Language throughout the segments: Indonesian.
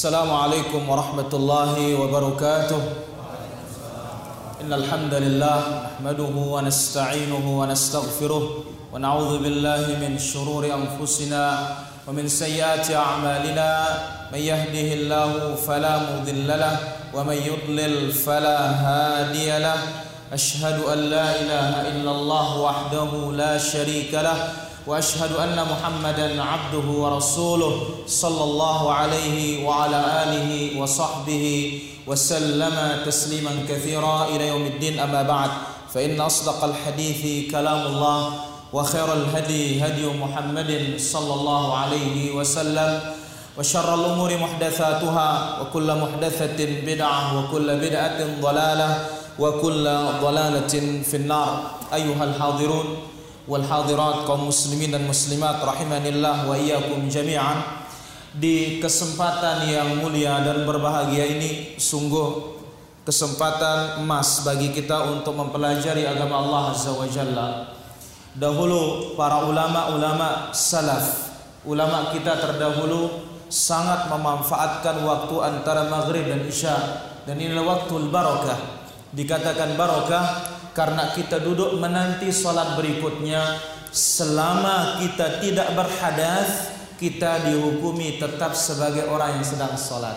Assalamualaikum warahmatullahi wabarakatuh. Innal hamdalillah nahmaduhu wa nasta'inuhu wa nastaghfiruh wa na'udzu billahi min shururi anfusina wa min sayyiati a'malina. May yahdihillahu fala mudilla lahu wa may yudlil fala hadiya lahu. Ashhadu an la ilaha illallah wahdahu la syarika lahu wa ashhadu anna Muhammadan abduhu wa rasuluh sallallahu alaihi wa ala alihi wa sahbihi wa sallama tasliman katsira ila yaumiddin, amma ba'd. Fa inna asdaqal hadithi kalamullah wa khairal hadi hadi Muhammadin sallallahu alaihi wasallam wa syarral umuri muhdatsatuha wa kullu muhdatsatin bid'ah wa kullu bid'atin dhalalah wa kullu dhalalatin finnar. Ayyuhal hadirun wal hadirat, kaum muslimin dan muslimat rahimanillah wa iyyakum jami'an. Di kesempatan yang mulia dan berbahagia ini sungguh kesempatan emas bagi kita untuk mempelajari agama Allah Azza wa Jalla. Dahulu para ulama-ulama salaf, ulama kita terdahulu sangat memanfaatkan waktu antara maghrib dan isya, dan inilah waktu barakah. Dikatakan barakah karena kita duduk menanti salat berikutnya. Selama kita tidak berhadas, kita dihukumi tetap sebagai orang yang sedang salat.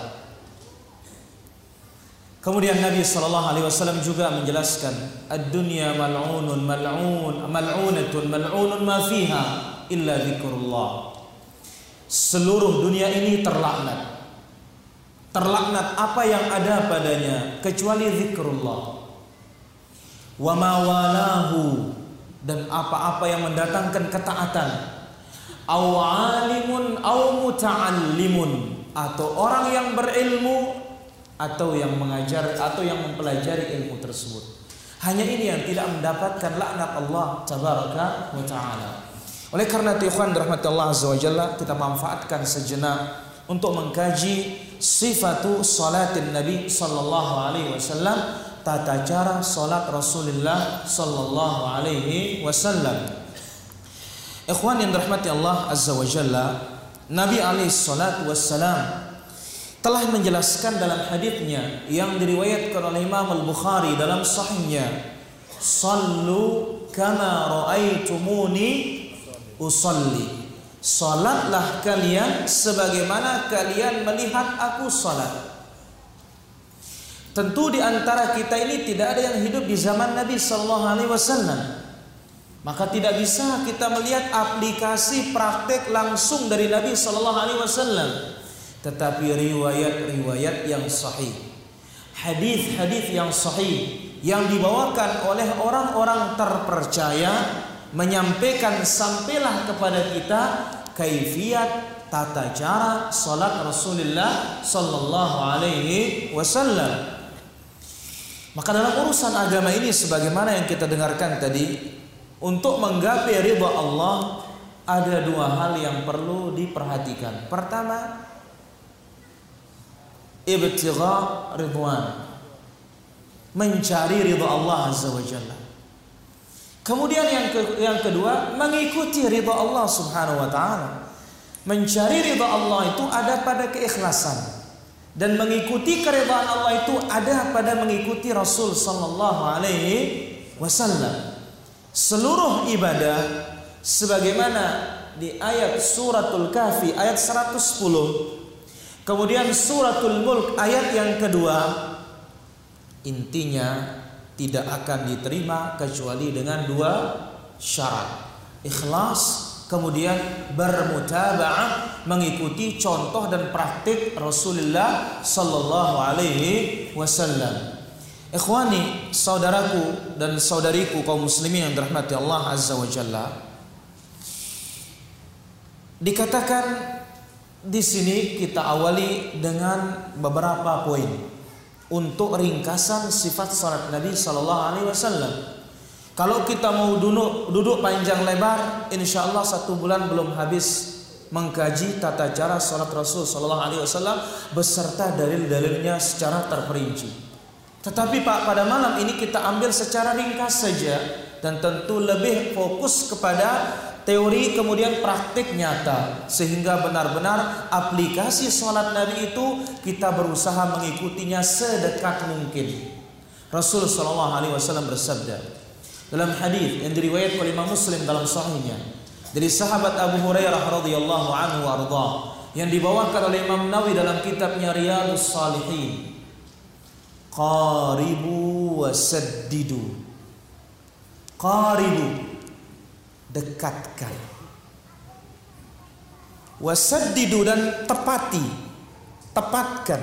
Kemudian Nabi SAW juga menjelaskan, ad-dunya mal'unun mal'unatun mal'unun ma fiha illa dzikrullah. Seluruh dunia ini terlaknat. Terlaknat apa yang ada padanya kecuali zikrullah. Wa ma walahu, dan apa-apa yang mendatangkan ketaatan. Aw alimun aw muta'allimun, atau orang yang berilmu atau yang mengajar atau yang mempelajari ilmu tersebut. Hanya ini yang tidak mendapatkan laknat Allah tabaraka wa taala. Oleh karena itu, ikhwan rahmatullah azza wa jalla, kita manfaatkan sejenak untuk mengkaji sifatu salatin Nabi sallallahu alaihi wasallam, tata cara salat Rasulullah sallallahu alaihi wasallam. Ikhwan yang dirahmati Allah azza wa jalla, Nabi alaihi salatu wassalam telah menjelaskan dalam haditsnya yang diriwayatkan oleh Imam Al-Bukhari dalam sahihnya, sallu kama raaitumuni usalli. Salatlah kalian sebagaimana kalian melihat aku salat. Tentu di antara kita ini tidak ada yang hidup di zaman Nabi sallallahu alaihi wasallam. Maka tidak bisa kita melihat aplikasi praktek langsung dari Nabi sallallahu alaihi wasallam. Tetapi riwayat-riwayat yang sahih, hadis-hadis yang sahih yang dibawakan oleh orang-orang terpercaya menyampaikan sampailah kepada kita kaifiat tata cara salat Rasulullah sallallahu alaihi wasallam. Maka dalam urusan agama ini, sebagaimana yang kita dengarkan tadi, untuk menggapai ridha Allah ada dua hal yang perlu diperhatikan. Pertama, ibtigha ridwan, mencari ridha Allah azza wa jalla. Kemudian yang kedua, mengikuti ridha Allah subhanahu wa ta'ala. Mencari ridha Allah itu ada pada keikhlasan, dan mengikuti keridhaan Allah itu ada pada mengikuti Rasul sallallahu alaihi wasallam. Seluruh ibadah sebagaimana di ayat suratul Kahfi ayat 110, kemudian suratul Mulk ayat yang kedua, intinya tidak akan diterima kecuali dengan dua syarat: ikhlas, kemudian bermutaba'ah, mengikuti contoh dan praktik Rasulullah sallallahu alaihi wasallam. Ikhwani, saudaraku dan saudariku kaum muslimin yang dirahmati Allah azza wa jalla, dikatakan di sini kita awali dengan beberapa poin untuk ringkasan sifat salat Nabi sallallahu alaihi wasallam. Kalau kita mau duduk panjang lebar, insyaallah 1 bulan belum habis mengkaji tata cara salat Rasul sallallahu alaihi wasallam beserta dalil-dalilnya secara terperinci. Tetapi pada malam ini kita ambil secara ringkas saja, dan tentu lebih fokus kepada teori kemudian praktik nyata, sehingga benar-benar aplikasi sholat Nabi itu kita berusaha mengikutinya sedekat mungkin. Rasul SAW bersabda dalam hadis yang diriwayatkan oleh Imam Muslim dalam sahihnya dari sahabat Abu Hurairah radhiyallahu anhu warda, yang dibawakan oleh Imam Nawawi dalam kitabnya Riyadhus Shalihin. Qaribu wasaddidu. Qaribu, dekatkan. Wasaddidu, dan tepati, tepatkan.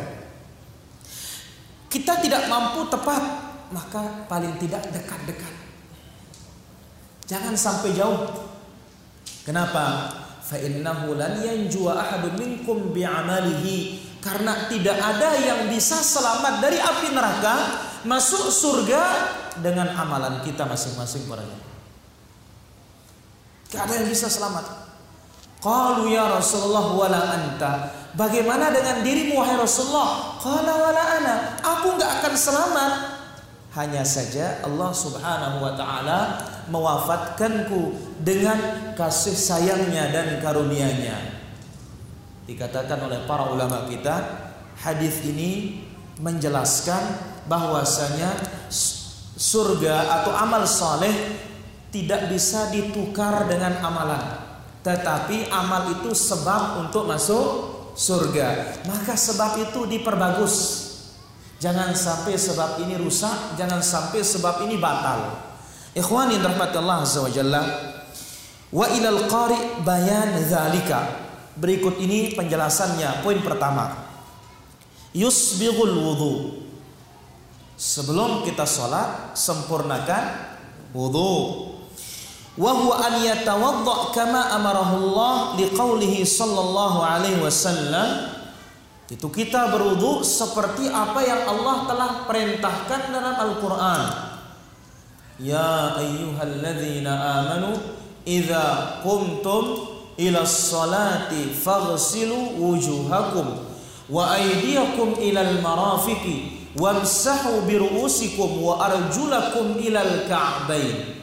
Kita tidak mampu tepat, maka paling tidak dekat-dekat. Jangan sampai jauh. Kenapa? Fa innahu lan yanjuwa ahadun minkum bi'amalihi, karena tidak ada yang bisa selamat dari api neraka, masuk surga dengan amalan kita masing-masing para jemaah. Tidak ada yang bisa selamat. Qalu ya Rasulullah wala anta, bagaimana dengan dirimu wahai Rasulullah? Qala wala ana, aku enggak akan selamat. Hanya saja Allah Subhanahu wa taala mewafatkanku dengan kasih sayangnya dan karunia-Nya. Dikatakan oleh para ulama kita, hadis ini menjelaskan bahwasanya surga atau amal saleh tidak bisa ditukar dengan amalan, tetapi amal itu sebab untuk masuk surga. Maka sebab itu diperbagus. Jangan sampai sebab ini rusak, jangan sampai sebab ini batal. Ikhwani rahmati Allah azza wa jalla. Wa ilal qari bayan dzalika. Berikut ini penjelasannya. Poin pertama, yusbighul wudu. Sebelum kita sholat, sempurnakan wudu. Wa huwa an yatawadda kama amarahu Allah liqaulihi sallallahu alaihi wasallam. Itu kita berwudu seperti apa yang Allah telah perintahkan dalam Al-Qur'an. Ya ayyuhalladzina amanu idza qumtum ila sholati faghsilu wujuhakum wa aydiyakum ilal marafiqi wamsahu bi ru'usikum wa arjulakum ilal ka'bain.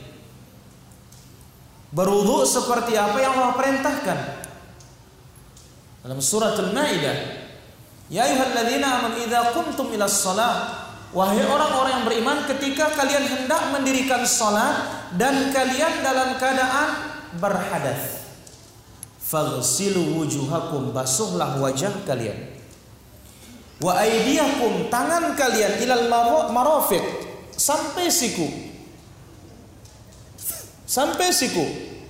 Berwudu seperti apa yang Allah perintahkan dalam surat Al-Maidah. Ya ayyuhalladzina amanu idza qumtum ila shalah, wahai orang-orang yang beriman, ketika kalian hendak mendirikan salat dan kalian dalam keadaan berhadas, faghsilu wujuhakum, basuhlah wajah kalian, wa aydiyakum, tangan kalian, ilal marafiq, sampai siku, sampai siku,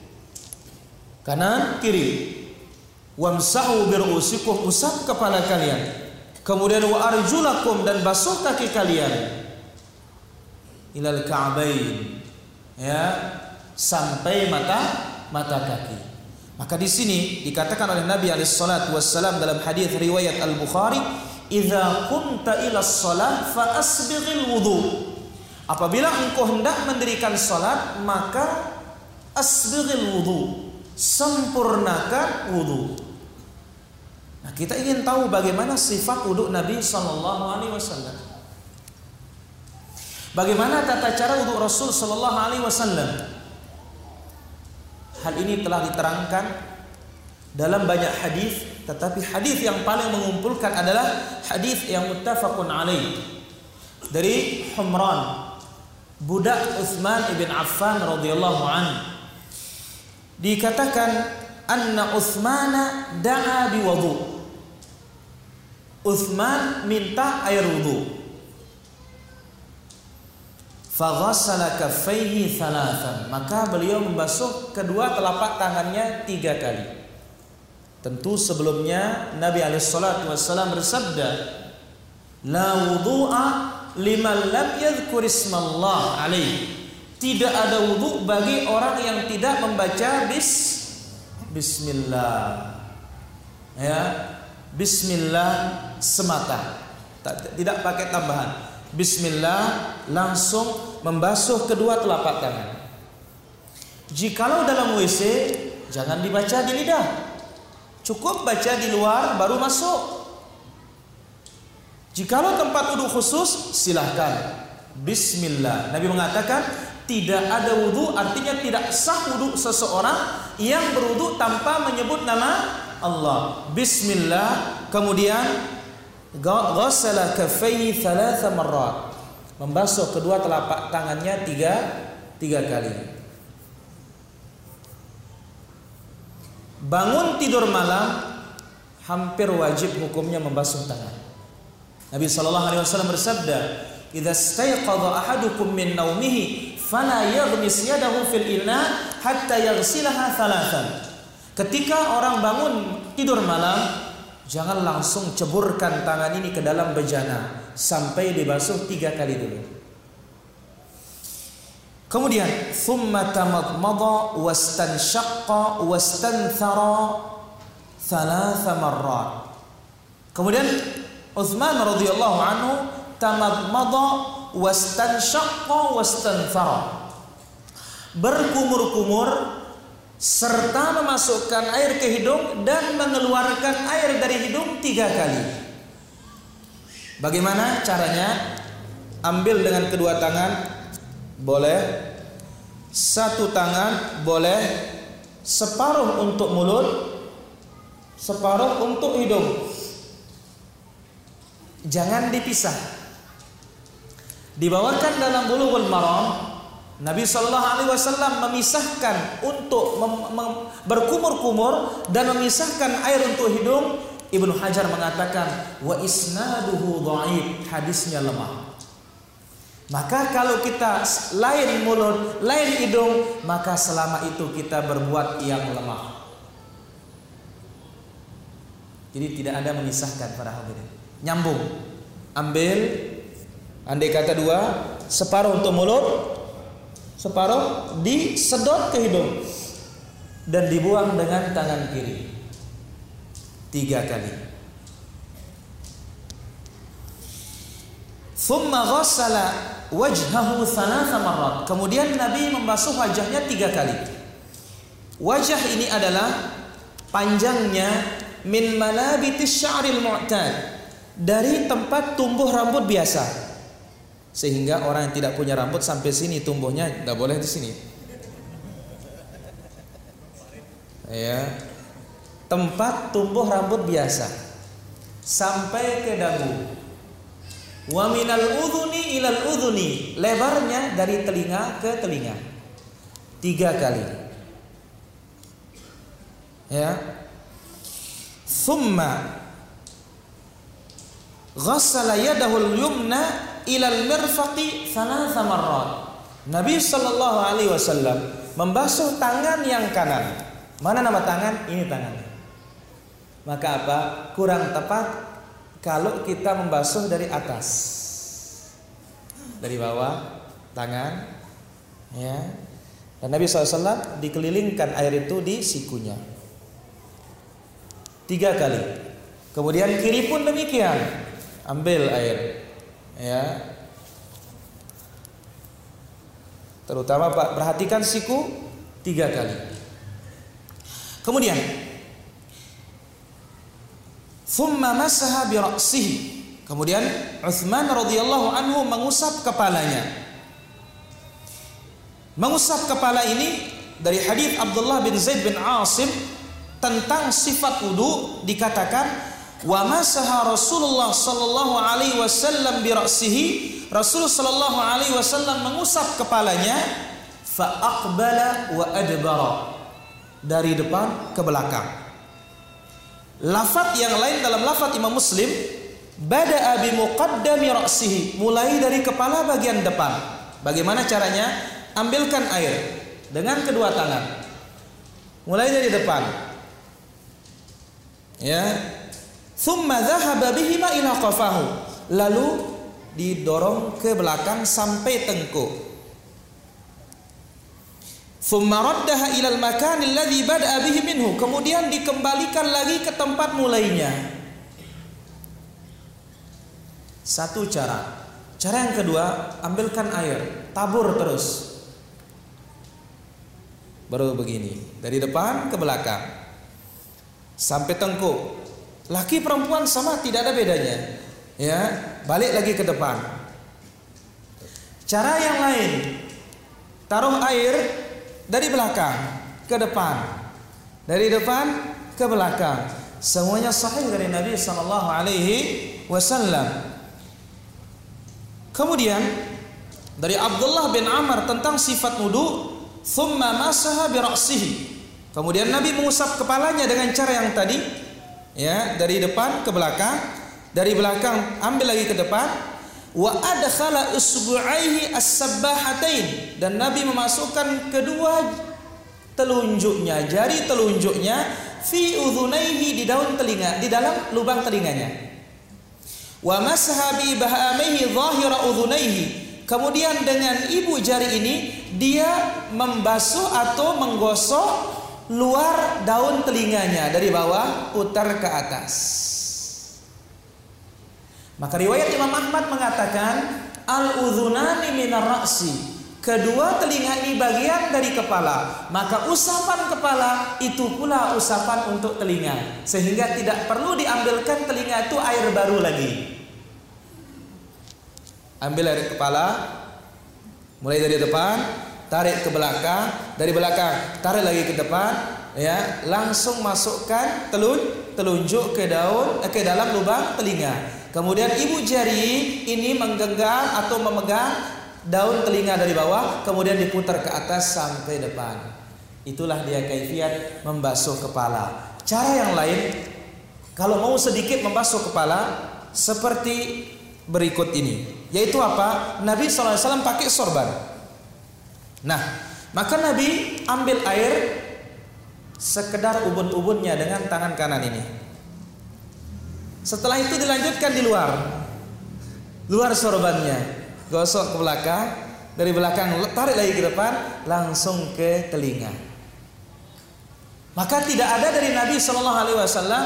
kanan kiri. Wamsahu bi ru'usikum, usap kepala kalian. Kemudian wa arjulakum, dan basuh kaki kalian. Ilal ka'bain, ya, sampai mata kaki. Maka di sini dikatakan oleh Nabi alaihi salatu wassalam dalam hadis riwayat Al-Bukhari, "Idza qumta ila shalah fa asbighil wudu." Apabila engkau hendak mendirikan salat, maka asbighil wudu, sempurnakan wudu. Nah, kita ingin tahu bagaimana sifat wudu Nabi sallallahu alaihi wasallam. Bagaimana tata cara wudu Rasul sallallahu alaihi wasallam? Hal ini telah diterangkan dalam banyak hadis, tetapi hadis yang paling mengumpulkan adalah hadis yang muttafaqun alaih dari Humran, budak Utsman ibn Affan radhiyallahu anhu. Dikatakan anna Utsmana da'a bi wudu. Utsman minta air wudu. Faghassala kaffaihi thalathan, maka beliau membasuh kedua telapak tangannya 3 kali. Tentu sebelumnya Nabi alaihi salatu wasallam bersabda, la wudu'a liman lam yadhkur ismallah alaihi. Tidak ada wudu bagi orang yang tidak membaca bismillah. Ya, bismillah semata. Tidak pakai tambahan. Bismillah, langsung membasuh kedua telapak tangan. Jikalau dalam WC, jangan dibaca di lidah. Cukup baca di luar baru masuk. Jikalau tempat wudu khusus, silahkan Bismillah. Nabi mengatakan, tidak ada wudu, artinya tidak sah wudu seseorang yang berwudu tanpa menyebut nama Allah. Bismillah, kemudian ghassala kaffayhi 3 marrat, membasuh kedua telapak tangannya tiga kali. Bangun tidur malam hampir wajib hukumnya membasuh tangan. Nabi SAW bersabda, "Idza istayqadha ahadukum min naumihi fala yaghmis yadahu fil ina hatta yaghsilaha 3." Ketika orang bangun tidur malam, jangan langsung ceburkan tangan ini ke dalam bejana sampai dibasuh 3 kali dulu. Kemudian thumma tamadmada wastanshaqqa wastanthara 3 marrat. Kemudian Utsman radhiyallahu anhu tamadmada wastanshaqqa wastanthara, berkumur-kumur serta memasukkan air ke hidung dan mengeluarkan air dari hidung 3 kali. Bagaimana caranya? Ambil dengan kedua tangan boleh, satu tangan boleh, separuh untuk mulut, separuh untuk hidung. Jangan dipisah. Dibawakan dalam Bulughul Maram, Nabi SAW memisahkan untuk berkumur-kumur dan memisahkan air untuk hidung. Ibnu Hajar mengatakan wa isnaduhu dhaif, hadisnya lemah. Maka kalau kita lain mulut, lain hidung, maka selama itu kita berbuat yang lemah. Jadi tidak ada memisahkan para hadirin. Nyambung. Ambil, andai kata 2, separuh untuk mulut, separuh disedot ke hidung dan dibuang dengan tangan kiri 3 kali. Thumma ghassala wajhahu 3 marrat. Kemudian Nabi membasuh wajahnya 3 kali. Wajah ini adalah panjangnya min manabitis sya'ril mu'tad, dari tempat tumbuh rambut biasa. Sehingga orang yang tidak punya rambut sampai sini tumbuhnya, tidak boleh di sini. Ya, tempat tumbuh rambut biasa sampai ke dagu. Wa minal udhuni ilal udhuni, lebarnya dari telinga ke telinga 3 kali. Ya. Thumma ghassala yadahul yumna ilal mirfaqi 3 marrat. Nabi sallallahu alaihi wasallam membasuh tangan yang kanan. Mana nama tangan? Ini tangannya. Maka apa? Kurang tepat kalau kita membasuh dari atas, dari bawah tangan, ya. Dan Nabi SAW dikelilingkan air itu di sikunya 3 kali. Kemudian kiri pun demikian, ambil air, ya. Terutama Pak, perhatikan siku 3 kali. Kemudian thumma masaha bi ra'sihi. Kemudian Utsman radhiyallahu anhu mengusap kepalanya. Mengusap kepala ini dari hadis Abdullah bin Zaid bin Asim tentang sifat wudu dikatakan wa masaha Rasulullah sallallahu alaihi wasallam bi ra'sihi. Rasul sallallahu alaihi wasallam mengusap kepalanya fa aqbala wa adbara, dari depan ke belakang. Lafaz yang lain dalam lafaz Imam Muslim, bada'a bi muqaddami ra'sihi, mulai dari kepala bagian depan. Bagaimana caranya? Ambilkan air dengan kedua tangan, mulai dari depan, ya. Thumma dhahaba bihima ila qafahu, lalu didorong ke belakang sampai tengkuk. Thumma raddaha ilal makan alladhi bada'a bihi minhu, kemudian dikembalikan lagi ke tempat mulainya. Satu cara. Cara yang kedua, ambilkan air, tabur terus. Baru begini, dari depan ke belakang sampai tengkuk. Laki perempuan sama, tidak ada bedanya. Ya, balik lagi ke depan. Cara yang lain, taruh air dari belakang ke depan, dari depan ke belakang. Semuanya sahih dari Nabi sallallahu alaihi wasallam. Kemudian dari Abdullah bin Amr tentang sifat wudu, thumma masaha bi ra'sihi. Kemudian Nabi mengusap kepalanya dengan cara yang tadi, ya, dari depan ke belakang, dari belakang ambil lagi ke depan. Wa adkhala usbu'aihi as-sabbahatain, dan Nabi memasukkan kedua telunjuknya, jari telunjuknya, fi udhunaihi, di daun telinga, di dalam lubang telinganya. Wa masaha bi bahamaihi dhahira udhunaihi, kemudian dengan ibu jari ini dia membasuh atau menggosok luar daun telinganya dari bawah putar ke atas. Maka riwayat Imam Ahmad mengatakan al-udhunani minar ra'si, kedua telinga ini bagian dari kepala, maka usapan kepala itu pula usapan untuk telinga, sehingga tidak perlu diambilkan telinga itu air baru lagi. Ambil air kepala, mulai dari depan, tarik ke belakang, dari belakang tarik lagi ke depan, ya, langsung masukkan telunjuk ke dalam lubang telinga. Kemudian ibu jari ini menggenggam atau memegang daun telinga dari bawah, kemudian diputar ke atas sampai depan. Itulah dia kaifiat membasuh kepala. Cara yang lain, kalau mau sedikit membasuh kepala, seperti berikut ini, yaitu apa? Nabi SAW pakai sorban. Nah, maka Nabi ambil air sekedar ubun-ubunnya dengan tangan kanan ini. Setelah itu dilanjutkan di luar sorbannya, gosok ke belakang, dari belakang tarik lagi ke depan, langsung ke telinga. Maka tidak ada dari Nabi Sallallahu Alaihi Wasallam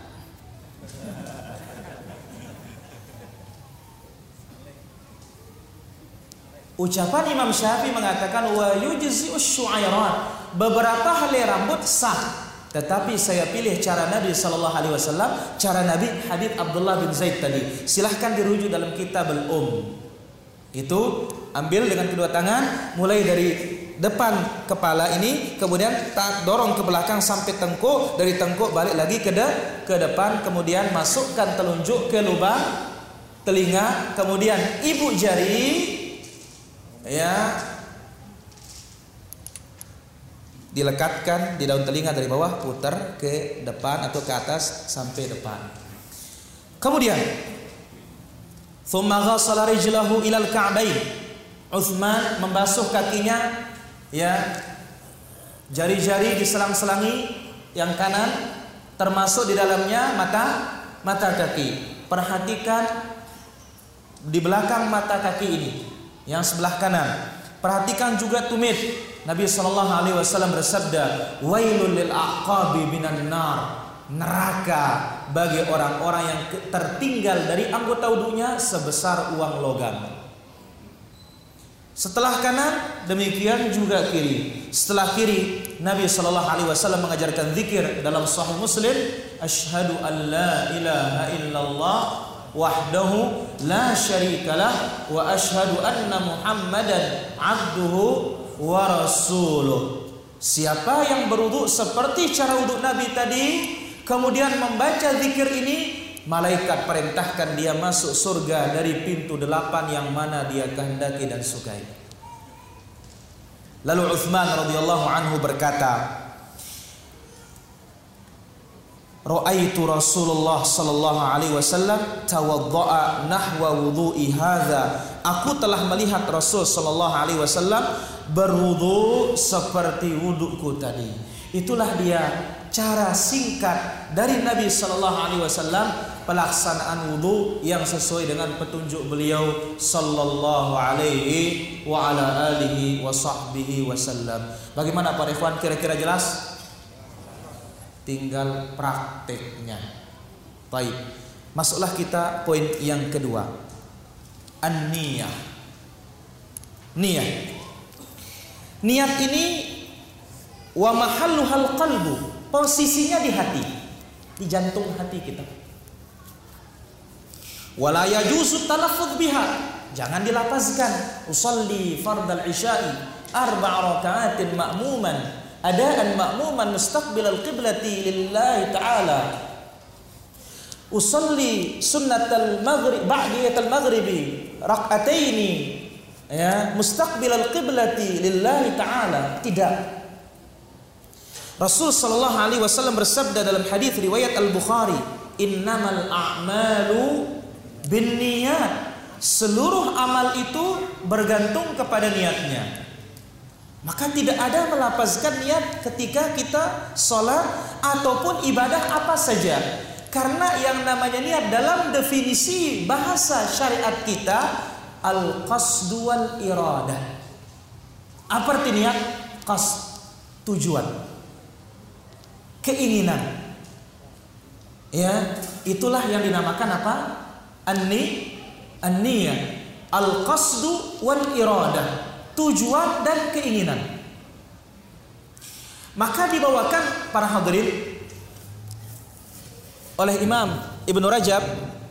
ucapan Imam Syafi'i mengatakan wa yujzi'us syu'airat, beberapa helai rambut sah. Tetapi saya pilih cara Nabi sallallahu alaihi wasallam, cara Nabi hadits Abdullah bin Zaid tadi. Silahkan dirujuk dalam kitab al-Um. Itu ambil dengan kedua tangan, mulai dari depan kepala ini, kemudian dorong ke belakang sampai tengkuk, dari tengkuk balik lagi ke depan, kemudian masukkan telunjuk ke lubang telinga, kemudian ibu jari, ya, dilekatkan di daun telinga dari bawah, putar ke depan atau ke atas sampai depan. Kemudian thumma ghassala rijlahu ilal ka'bain. Utsman membasuh kakinya, ya, jari-jari diselang-selangi yang kanan, termasuk di dalamnya mata kaki. Perhatikan di belakang mata kaki ini, yang sebelah kanan. Perhatikan juga tumit. Nabi sallallahu alaihi wasallam bersabda, "Wailul lil aqabi minan nar." Neraka bagi orang-orang yang tertinggal dari anggota wudunya sebesar uang logam. Setelah kanan, demikian juga kiri. Setelah kiri, Nabi sallallahu alaihi wasallam mengajarkan zikir dalam Sahih Muslim, "Asyhadu an la ilaha illallah wahdahu la syarikalah wa asyhadu anna Muhammadan abduhu wa rasuluh." Siapa yang berwudu seperti cara wudu Nabi tadi, kemudian membaca zikir ini, malaikat perintahkan dia masuk surga dari pintu 8 yang mana dia kehendaki dan sukai. Lalu Utsman radhiyallahu anhu berkata, "Ra'aitu Rasulullah sallallahu alaihi wasallam tawadda'a nahwa wudu'i hadza." Aku telah melihat Rasul sallallahu alaihi wasallam berwudu seperti wuduku tadi. Itulah dia cara singkat dari Nabi sallallahu alaihi wasallam pelaksanaan wudu yang sesuai dengan petunjuk beliau sallallahu alaihi wa ala alihi wa sahbihi wasallam. Bagaimana para ikhwan, kira-kira jelas? Tinggal prakteknya. Baik. Masuklah kita poin yang kedua. An-niyah. Niyah. Niat ini wa mahalluhal qalbu, posisinya di hati, di jantung hati kita. Wala yajuzu talaffuz biha, jangan dilafazkan usolli fardal isya'i, arba'a raka'atin ma'muman adaan ma'muman mustaqbilal qiblati lillahi ta'ala usalli sunnatal maghrib ba'diyatal maghribi rak'ataini ya mustaqbilal qiblati lillahi ta'ala. Tidak. Rasul sallallahu alaihi wasallam bersabda dalam hadis riwayat Al-Bukhari, innamal a'malu binniyat, seluruh amal itu bergantung kepada niatnya. Maka tidak ada melapazkan niat ketika kita sholat ataupun ibadah apa saja. Karena yang namanya niat dalam definisi bahasa syariat kita al-qasdu wal iradah. Apa arti niat? Qasd, tujuan, keinginan. Ya, itulah yang dinamakan apa? An-niyah, al-qasdu wal iradah, tujuan dan keinginan. Maka dibawakan para hadirin oleh Imam Ibnu Rajab,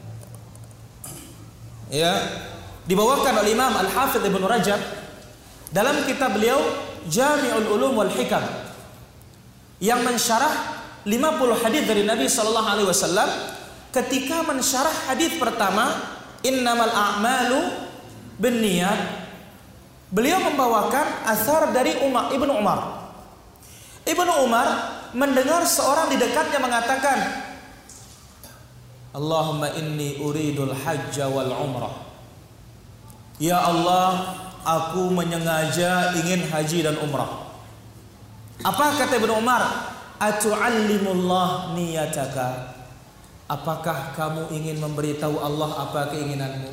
ya, dibawakan oleh Imam Al-Hafidz Ibnu Rajab dalam kitab beliau Jami'ul Ulum wal Hikam yang mensyarah 50 hadis dari Nabi sallallahu alaihi wasallam. Ketika mensyarah hadis pertama, innamal a'malu binniyat, beliau membawakan asar dari Ibnu Umar. Ibnu Umar mendengar seorang di dekatnya mengatakan, Allahumma inni uridul hajja wal umrah. Ya Allah, aku menyengaja ingin haji dan umrah. Apa kata Ibnu Umar? Atu'allimullah niyataka. Apakah kamu ingin memberitahu Allah apa keinginanmu?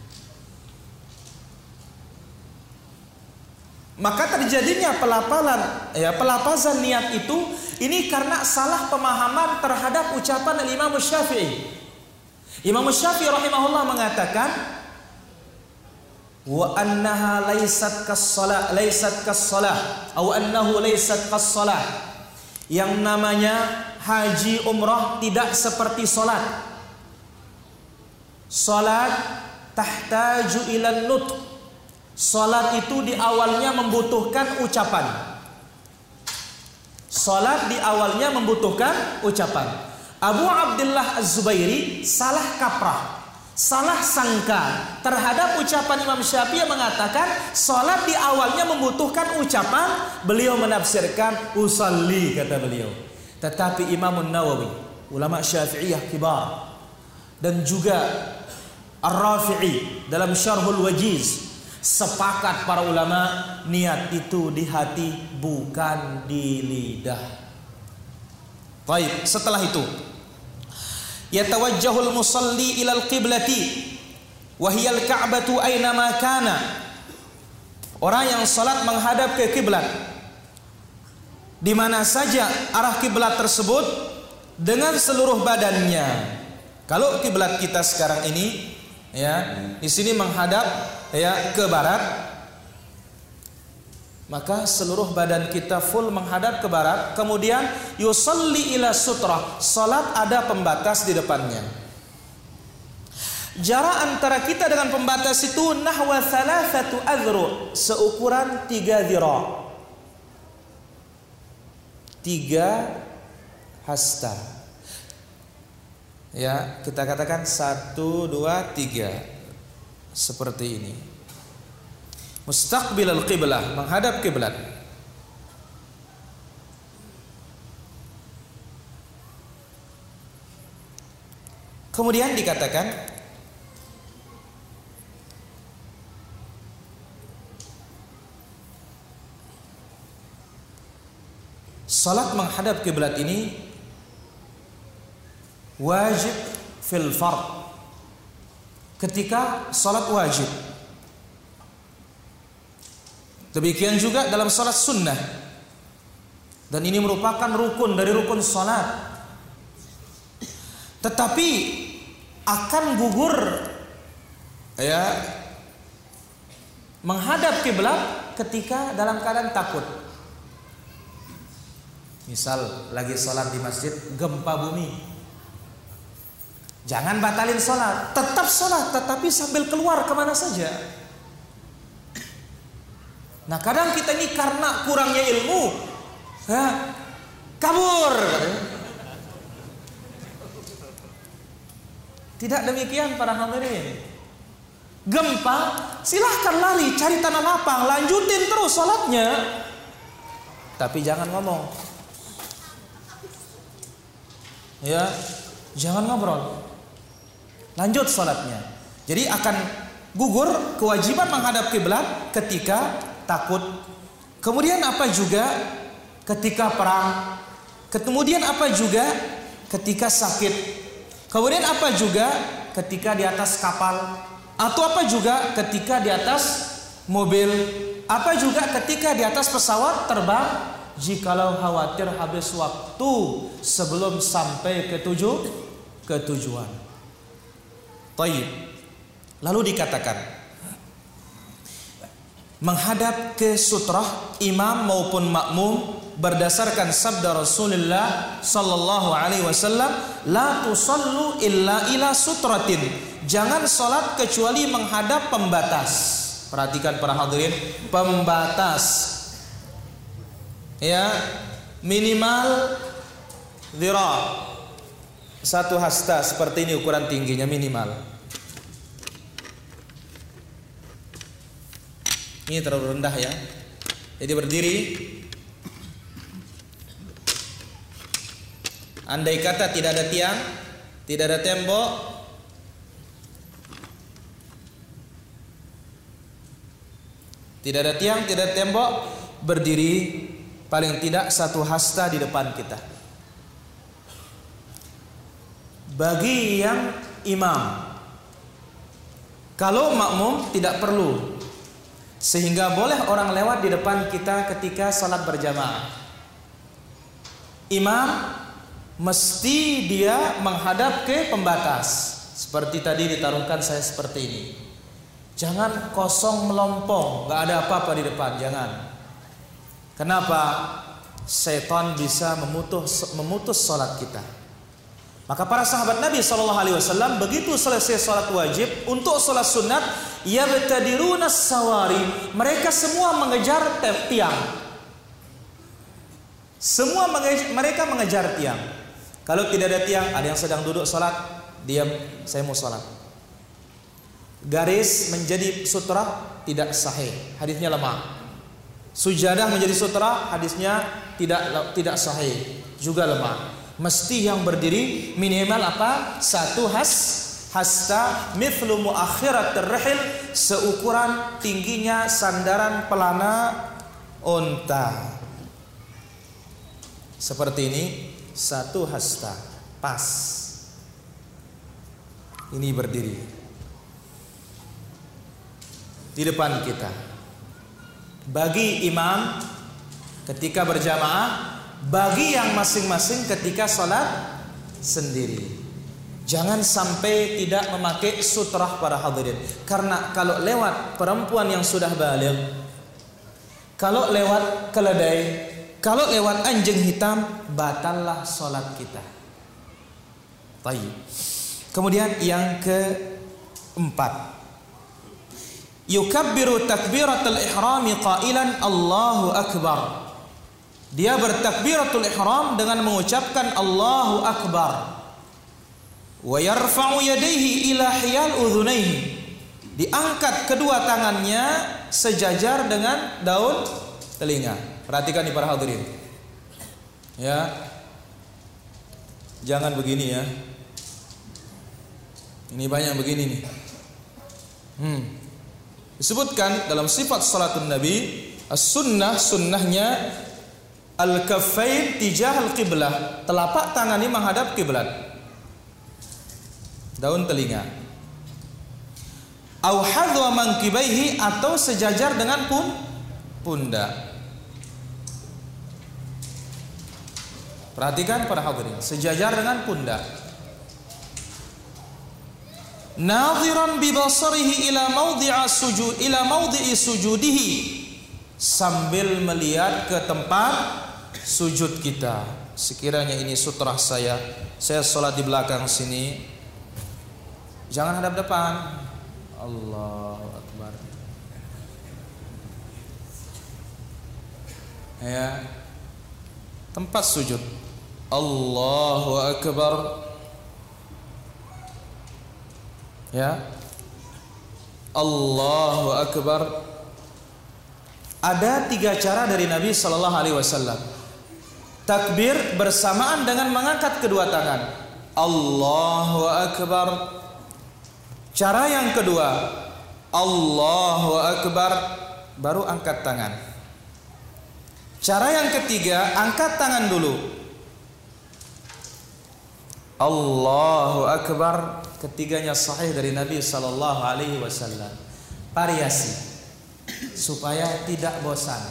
Maka terjadinya pelapazan niat itu ini karena salah pemahaman terhadap ucapan Imam Syafi'i. Imam Syafi'i rahimahullah mengatakan wa annaha laysat kas-shalah atau annahu laysat kas-shalah. Yang namanya haji umrah tidak seperti salat. Salat tahtaju ilan nutq. Salat itu di awalnya membutuhkan ucapan. Salat di awalnya membutuhkan ucapan. Abu Abdullah Az-Zubairi salah kaprah, salah sangka terhadap ucapan Imam Syafi'i yang mengatakan salat di awalnya membutuhkan ucapan. Beliau menafsirkan usalli, kata beliau. Tetapi Imam Nawawi, ulama Syafi'iyah kibar, dan juga Ar-Rafi'i dalam Syarhul Wajiz, sepakat para ulama niat itu di hati bukan di lidah. Baik, setelah itu yatawajjahul musalli ilal qiblati wa hiya al-ka'batu aina ma kana. Orang yang salat menghadap ke kiblat di mana saja arah kiblat tersebut dengan seluruh badannya. Kalau kiblat kita sekarang ini ya, di sini menghadap ya ke barat, maka seluruh badan kita full menghadap ke barat. Kemudian yusalli ila sutrah, salat ada pembatas di depannya. Jarak antara kita dengan pembatas itu nahwa thalathatu adhru, seukuran 3 dhira', 3 hasta. Ya, kita katakan 1, 2, 3 seperti ini. Mustaqbilal qiblah, menghadap kiblat. Kemudian dikatakan salat menghadap kiblat ini wajib fil fard, ketika salat wajib. Demikian juga dalam salat sunnah, dan ini merupakan rukun dari rukun salat. Tetapi akan gugur ya menghadap kiblat ketika dalam keadaan takut. Misal lagi salat di masjid, gempa bumi, jangan batalin salat, tetap salat, tetapi sambil keluar kemana saja. Nah kadang kita ini karena kurangnya ilmu, kabur. Tidak demikian para hadirin. Gempa, silahkan lari, cari tanah lapang, lanjutin terus sholatnya. Tapi jangan ngomong. Ya, jangan ngobrol. Lanjut sholatnya. Jadi akan gugur kewajiban menghadap kiblat ketika takut. Kemudian apa juga ketika perang. Kemudian apa juga ketika sakit. Kemudian apa juga ketika di atas kapal. Atau apa juga ketika di atas mobil. Apa juga ketika di atas pesawat terbang. Jikalau khawatir habis waktu sebelum sampai ke tujuan. Taib. Lalu dikatakan menghadap ke sutrah imam maupun makmum berdasarkan sabda Rasulullah sallallahu alaihi wasallam, la tusallu illa ila sutratin. Jangan salat kecuali menghadap pembatas. Perhatikan para hadirin, pembatas. Ya, minimal dhira. 1 hasta seperti ini ukuran tingginya minimal. Ini terlalu rendah ya. Jadi berdiri. Andai kata tidak ada tiang, tidak ada tembok, tidak ada tiang, tidak ada tembok, berdiri paling tidak 1 hasta di depan kita. Bagi yang imam, kalau makmum tidak perlu, sehingga boleh orang lewat di depan kita ketika salat berjamaah. Imam mesti dia menghadap ke pembatas. Seperti tadi ditarungkan saya seperti ini. Jangan kosong melompong, gak ada apa-apa di depan, jangan. Kenapa? Setan bisa memutus salat kita. Maka para sahabat Nabi SAW begitu selesai salat wajib, untuk salat sunat, yabtadiruna sawari, mereka semua mengejar tiang. Mereka mengejar tiang. Kalau tidak ada tiang, ada yang sedang duduk salat, diam, saya mau salat. Garis menjadi sutra tidak sahih, hadisnya lemah. Sujadah menjadi sutra, hadisnya tidak sahih, juga lemah. Mesti yang berdiri minimal apa? 1 hasta mithlu muakhiratir rahil, seukuran tingginya sandaran pelana unta. Seperti ini, 1 hasta pas. Ini berdiri di depan kita. Bagi imam ketika berjamaah, bagi yang masing-masing ketika sholat sendiri. Jangan sampai tidak memakai sutrah para hadirin. Karena kalau lewat perempuan yang sudah baligh, kalau lewat keledai, kalau lewat anjing hitam, batallah sholat kita. Baik. Kemudian yang keempat, yukabbiru takbiratul ihrami qailan Allahu akbar. Dia bertakbiratul ihram dengan mengucapkan Allahu akbar. Wa yarfa'u yadayhi ila hiyal udhunayhi. Diangkat kedua tangannya sejajar dengan daun telinga. Perhatikan nih para hadirin. Ya. Jangan begini ya. Ini banyak begini nih. Disebutkan dalam sifat salatun Nabi, sunnahnya al-kaffain tijahal qiblah, telapak tangan ini menghadap kiblat. Daun telinga. Au hadwa mankibaihi, atau sejajar dengan pundak. Perhatikan para hadirin, sejajar dengan pundak. Nadhiran bi basarihi ila mawdi'i sujudihi, sambil melihat ke tempat sujud kita. Sekiranya ini sutrah saya sholat di belakang sini, jangan hadap depan. Allahu akbar. Ya. Tempat sujud. Allahu akbar. Ya. Allahu akbar. Ada 3 cara dari Nabi sallallahu alaihi wasallam. Takbir bersamaan dengan mengangkat kedua tangan. Allahu akbar. Cara yang kedua, Allahu akbar, baru angkat tangan. Cara yang ketiga, angkat tangan dulu. Allahu akbar, ketiganya sahih dari Nabi sallallahu alaihi wasallam. Variasi supaya tidak bosan.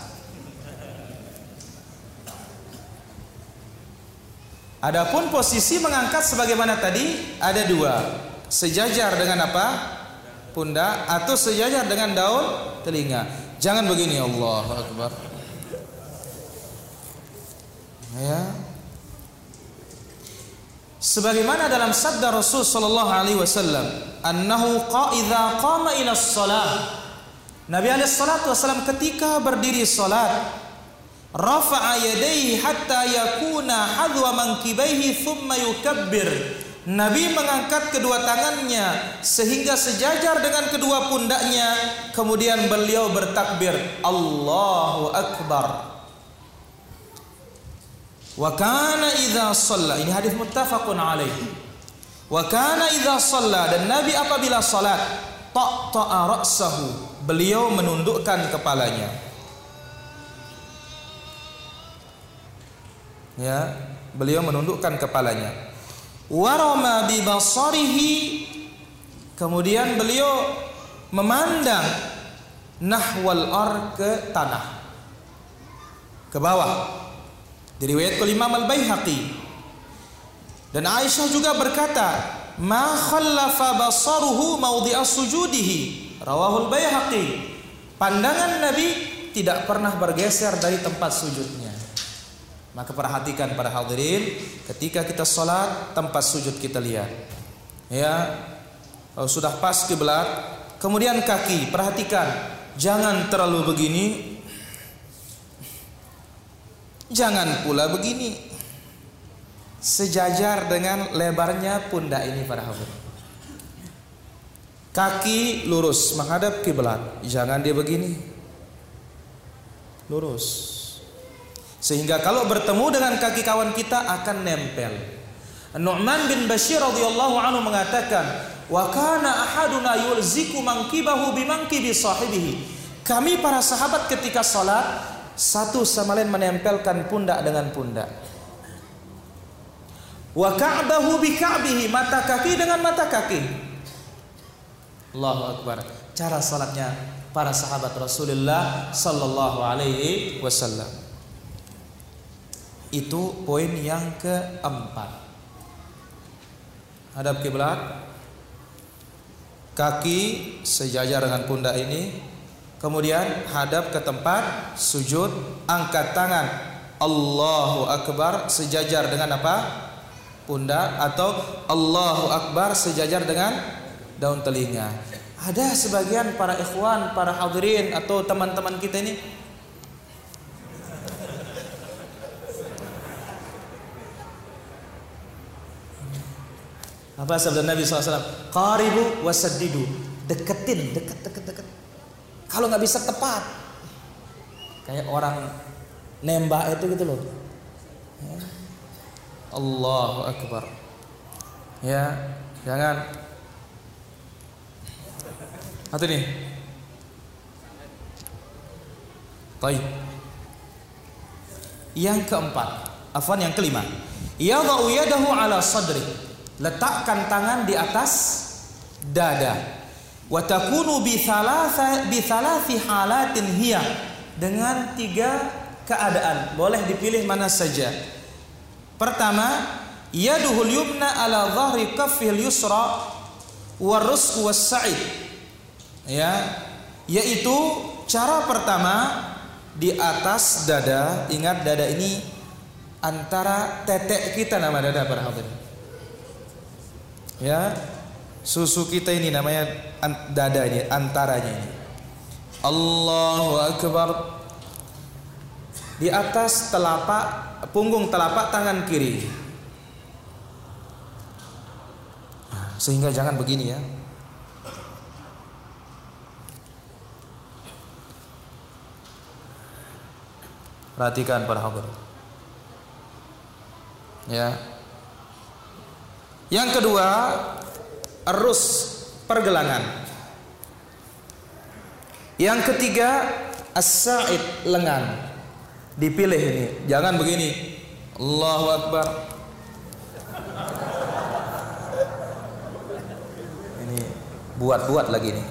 Adapun posisi mengangkat sebagaimana tadi ada 2. Sejajar dengan apa? Pundak, atau sejajar dengan daun telinga. Jangan begini, Allahu akbar. Ya. Sebagaimana dalam sabda Rasul sallallahu alaihi wasallam, annahu idza qama ila shalah. Nabi alaihi salatu wasallam ketika berdiri salat, rafa'a yadayhi hatta yakuna hadwa mankibaihi thumma yukabbir. Nabi mengangkat kedua tangannya sehingga sejajar dengan kedua pundaknya, kemudian beliau bertakbir, Allahu akbar. Wa kana idza shalla, ini hadis muttafaqun alaihi. Wa kana idza shalla, dan Nabi apabila salat, taqta'a ra'sahu, beliau menundukkan kepalanya. Ya, beliau menundukkan kepalanya. Warama bi basarihi, kemudian beliau memandang nahwal ke tanah, ke bawah. Diriwayatkan Imam Al-Baihaqi. Dan Aisyah juga berkata, ma khallafa basaruhu mawdi'a sujudihi, rawahul Baihaqi. Pandangan Nabi tidak pernah bergeser dari tempat sujudnya. Maka perhatikan para hadirin, ketika kita sholat, tempat sujud kita lihat. Ya, kalau sudah pas kiblat, kemudian kaki, perhatikan, jangan terlalu begini, jangan pula begini. Sejajar dengan lebarnya pundak ini para hadirin. Kaki lurus menghadap kiblat, jangan dia begini, lurus. Sehingga kalau bertemu dengan kaki kawan kita akan nempel. Nu'man bin Bashir radhiyallahu anhu mengatakan, wa kana ahaduna yulziku mankibahu bimankibi sahibihi. Kami para sahabat ketika salat, satu sama lain menempelkan pundak dengan pundak. Wa ka'bahu bi ka'bihi, mata kaki dengan mata kaki. Allahu akbar. Cara salatnya para sahabat Rasulullah sallallahu alaihi wasallam. Itu poin yang keempat. Hadap kiblat, kaki sejajar dengan pundak ini, kemudian hadap ke tempat sujud, angkat tangan Allahu akbar sejajar dengan apa? Pundak, atau Allahu akbar sejajar dengan daun telinga. Ada sebagian para ikhwan, para hadirin atau teman-teman kita ini, apa sabda Nabi SAW? Qaribu wasaddidu, deketin, dekat. Kalau nggak bisa tepat, kayak orang nembak itu gitu loh. Ya. Allahu akbar. Ya, jangan. Atau nih. Baik. Yang keempat, yang kelima. Yadha'u yadahu ala sadri. Letakkan tangan di atas dada. Wa takunu bi thalathi halatin hiya, dengan 3 keadaan. Boleh dipilih mana saja. Pertama, yaduhul yumna ala dhahri kaffil yusra warusq was-sa'id. Ya, yaitu cara pertama di atas dada. Ingat, dada ini antara tetek kita, nama dada para hadirin. Ya, susu kita ini namanya dada ini, antaranya ini. Allahu akbar. di atas punggung telapak tangan kiri. Sehingga jangan begini ya. Perhatikan para hadirin. Ya. Yang kedua, erus pergelangan. Yang ketiga, as-sa'id lengan. Dipilih ini, jangan begini. Allahu Akbar. Ini buat-buat lagi nih.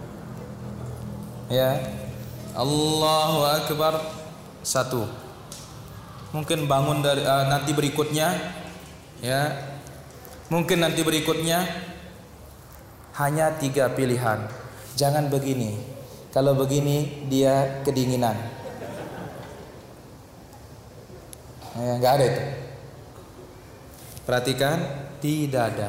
Ya. Allahu Akbar. Satu. Mungkin bangun dari nanti berikutnya, ya. Mungkin nanti berikutnya hanya 3 pilihan. Jangan begini. Kalau begini dia kedinginan. Ya, enggak ada itu. Perhatikan, tidak ada.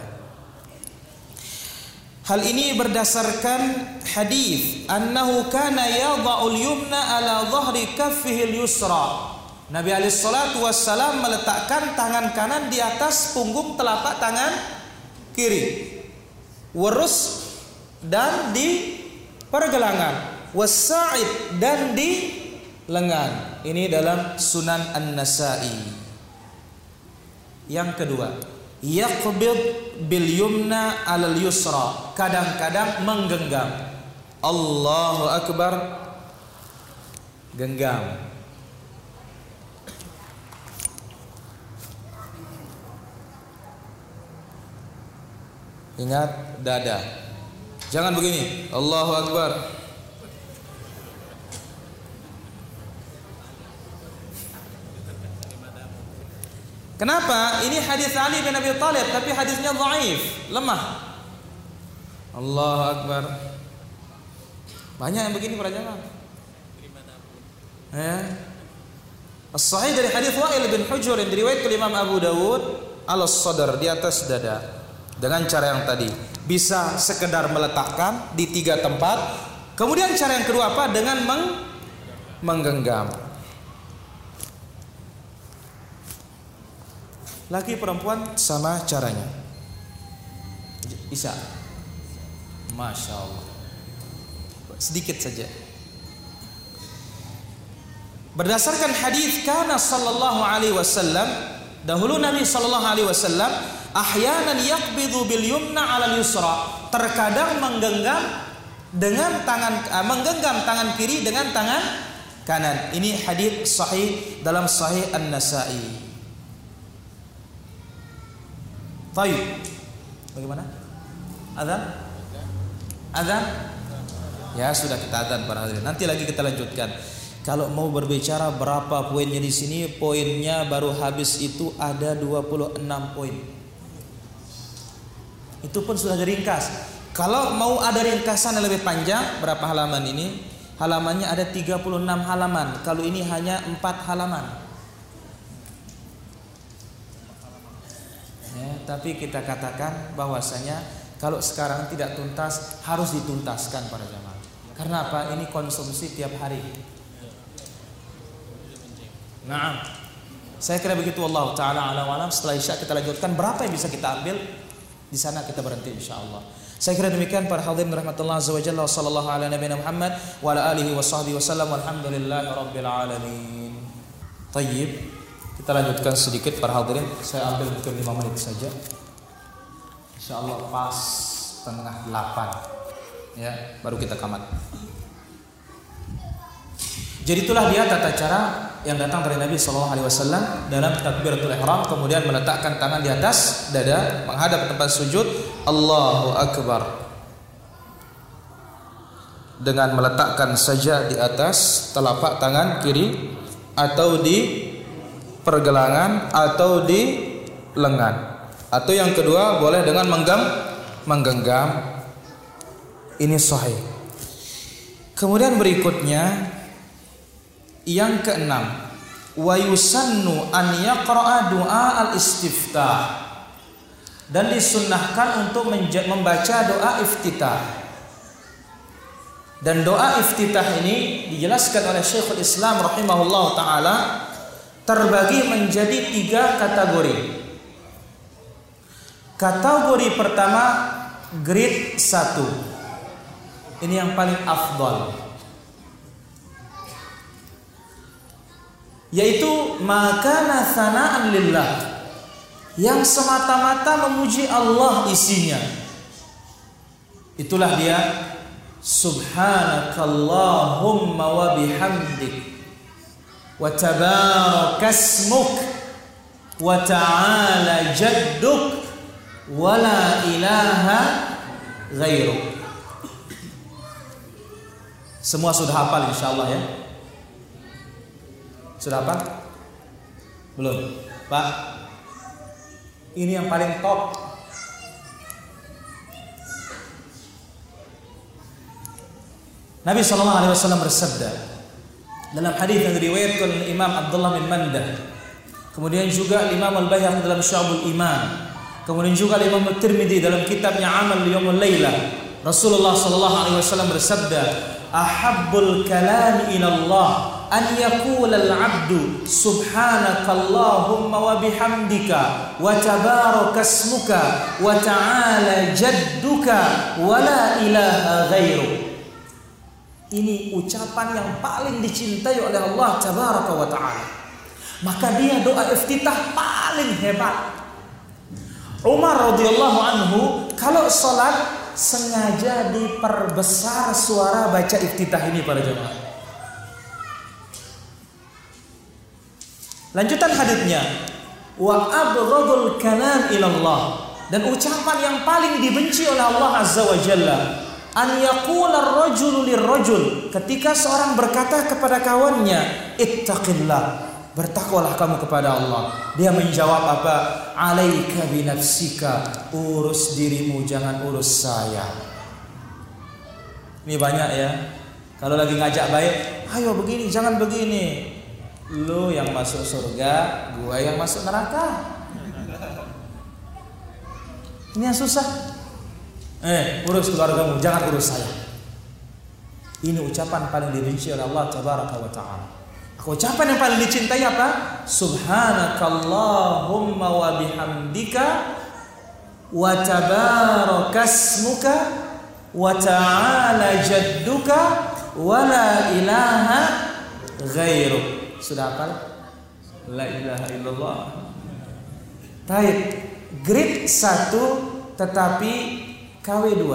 Hal ini berdasarkan hadis annahu kana yadha'ul yumna ala dhahri kaffihi al-yusra. Nabi alaihi salatu wassalam meletakkan tangan kanan di atas punggung telapak tangan kiri. Warus dan di pergelangan, wasa'id dan di lengan. Ini dalam Sunan An-Nasa'i. Yang kedua, yaqbid bil yumna 'alal yusra. Kadang-kadang menggenggam. Allahu Akbar. Genggam. Ingat dada. Jangan begini. Allahu Akbar. Kenapa? Ini hadis Ali bin Abi Thalib, tapi hadisnya dhaif, lemah. Allahu Akbar. Banyak yang begini para jamaah. Ya. As-sahih dari hadis Wa'il bin Hujr yang diriwayatkan oleh Imam Abu Dawud, al-sadr, di atas dada. Dengan cara yang tadi, bisa sekedar meletakkan di 3 tempat. Kemudian cara yang kedua apa? Dengan menggenggam. Laki perempuan sama caranya. Bisa. Masya Allah. Sedikit saja. Berdasarkan hadis kana sallallahu alaihi wasallam, dahulu Nabi sallallahu alaihi wasallam ahyanan yaqbidu bil yumna 'ala al-yusra. Terkadang menggenggam tangan kiri dengan tangan kanan. Ini hadis sahih dalam Sahih An-Nasa'i. Baik. Bagaimana? Azan? Ya sudah, kita azan para hadirin. Nanti lagi kita lanjutkan. Kalau mau berbicara berapa poinnya di sini, poinnya baru habis itu ada 26 poin. Itu pun sudah diringkas. Kalau mau ada ringkasan yang lebih panjang, berapa halaman ini? Halamannya ada 36 halaman. Kalau ini hanya 4 halaman. Ya, tapi kita katakan bahwasanya kalau sekarang tidak tuntas, harus dituntaskan para jamaah. Karena apa? Ini konsumsi tiap hari. Nah, saya kira begitu. Allah Ta'ala alam. Setelah Isya kita lanjutkan. Berapa yang bisa kita ambil? Di sana kita berhenti insyaAllah. Saya kira demikian para hadirin rahmatullah azza wa jalla. Sallallahu ala nabiyina Muhammad wa ala alihi wa sahbihi wasallam. Walhamdulillahi rabbil alamin. Tayyib. Kita lanjutkan sedikit para hadirin. Saya ambil mungkin 5 menit saja. InsyaAllah pas setengah 8. Ya, baru kita kamat. Jadi itulah dia tata cara yang datang dari Nabi SAW dalam takbiratul ihram, kemudian meletakkan tangan di atas dada, menghadap ke tempat sujud, Allahu Akbar, dengan meletakkan saja di atas telapak tangan kiri atau di pergelangan atau di lengan, atau yang kedua boleh dengan menggenggam. Ini sahih. Kemudian berikutnya yang keenam, wa yusannu an yaqra'a du'a al-istiftah, dan disunnahkan untuk membaca doa iftitah. Dan doa iftitah ini dijelaskan oleh Syekhul Islam rahimahullah ta'ala terbagi menjadi 3 kategori. Kategori pertama grade 1. Ini yang paling afdal, yaitu makana thana'an lillah, yang semata-mata memuji Allah isinya. Itulah dia subhanakallahumma wa bihamdik wa tabarakasmuk wa ta'ala jadduk wa la ilaha ghairuk. Semua sudah hafal insyaallah ya? Sudah hafal? Belum? Pak, ini yang paling top. Nabi SAW bersabda dalam hadis yang diriwayatkan oleh Imam Abdullah bin Mandah, kemudian juga Imam Al-Baihaqi dalam Syu'abul Iman, kemudian juga Imam At-Tirmidzi dalam kitabnya Amal Yaumul Lailah. Rasulullah SAW bersabda, ahabbul kalam ila Allah an yaqula al-'abdu subhanakallahumma wa bihamdika wa tabarakasmuka wa ta'ala jadduka wa la ilaha ghairuk. Ini ucapan yang paling dicintai oleh Allah tabaraka wa ta'ala. Maka dia doa iftitah paling hebat. Umar radhiyallahu anhu kalau salat sengaja diperbesar suara baca iftitah ini para jemaah. Lanjutan haditsnya, wa abghadul kalam ila Allah, dan ucapan yang paling dibenci oleh Allah azza wa jalla, an yaqula ar-rajulu lir-rajul, ketika seorang berkata kepada kawannya, ittaqillah, bertakwalah kamu kepada Allah. Dia menjawab apa? Alaika binafsika, urus dirimu, jangan urus saya. Ini banyak ya. Kalau lagi ngajak baik, ayo begini, jangan begini. Lu yang masuk surga, gua yang masuk neraka. Ini yang susah. Urus keluargamu, jangan urus saya. Ini ucapan paling dibenci oleh Allah tabaraka wa ta'ala. Ucapan yang paling dicintai apa? Subhanakallahumma wa bihamdika wa tabarakasmuka wa ta'ala jadduka wa la ilaha ghairuk. Sudah hafal? La ilaha illallah. Baik, grade 1 tetapi KW2.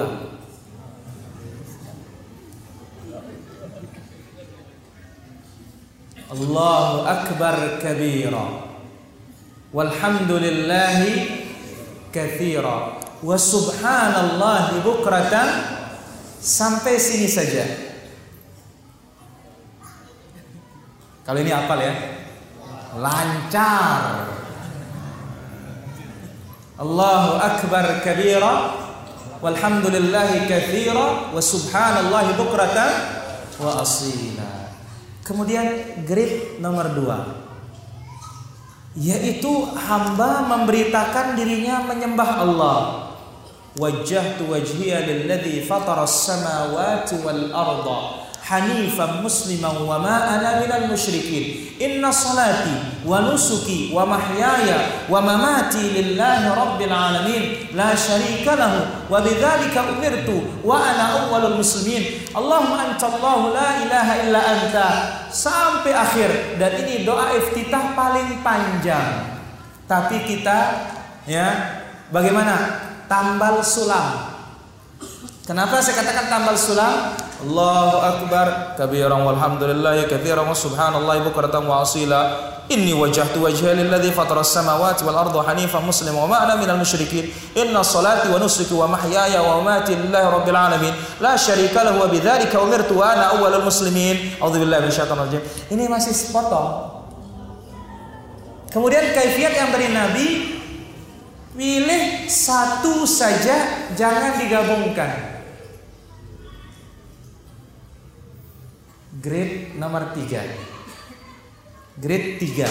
Allahu akbar kabira walhamdulillahi katsira wa subhanallahi bukratan, sampai sini saja. Kalau ini hafal ya, lancar. Allahu akbar kabira walhamdulillahi katsira wa subhanallahi bukratan wa asila. Kemudian grade nomor 2, yaitu hamba memberitakan dirinya menyembah Allah. Wajjahtu wajhiya lilladzi fataras samawati wal arda hanifan musliman wa ma ana minal musyrikin. Inna salati wa nusuki wa mahyaya wa mamati lillahi rabbil alamin la syarika lahu wa bidzalika umirtu wa ana awwalul muslimin. Allahumma anta Allahu la ilaha illa anta, sampai akhir. Dan ini doa iftitah paling panjang. Tapi kita ya bagaimana? Tambal sulam. Kenapa saya katakan tambal sulam? Allahu akbar kabiran walhamdulillahi katsiran wa subhanallahi bukratan wa asila. Inni wajjahtu wajhiya lilladzi fataras samawati wal arda hanifan musliman wa ma ana minal musyrikin. Inna salati wa nusuki wa mahyaya wa mamati lillahi rabbil alamin la syarika lahu wa bidzalika umirtu wa ana awwalul muslimin. A'udzubillahi minasyaitonir rajim. Ini masih sepotong. Kemudian kaifiat yang dari Nabi, pilih satu saja, jangan digabungkan. Grade nomor 3. Grade 3.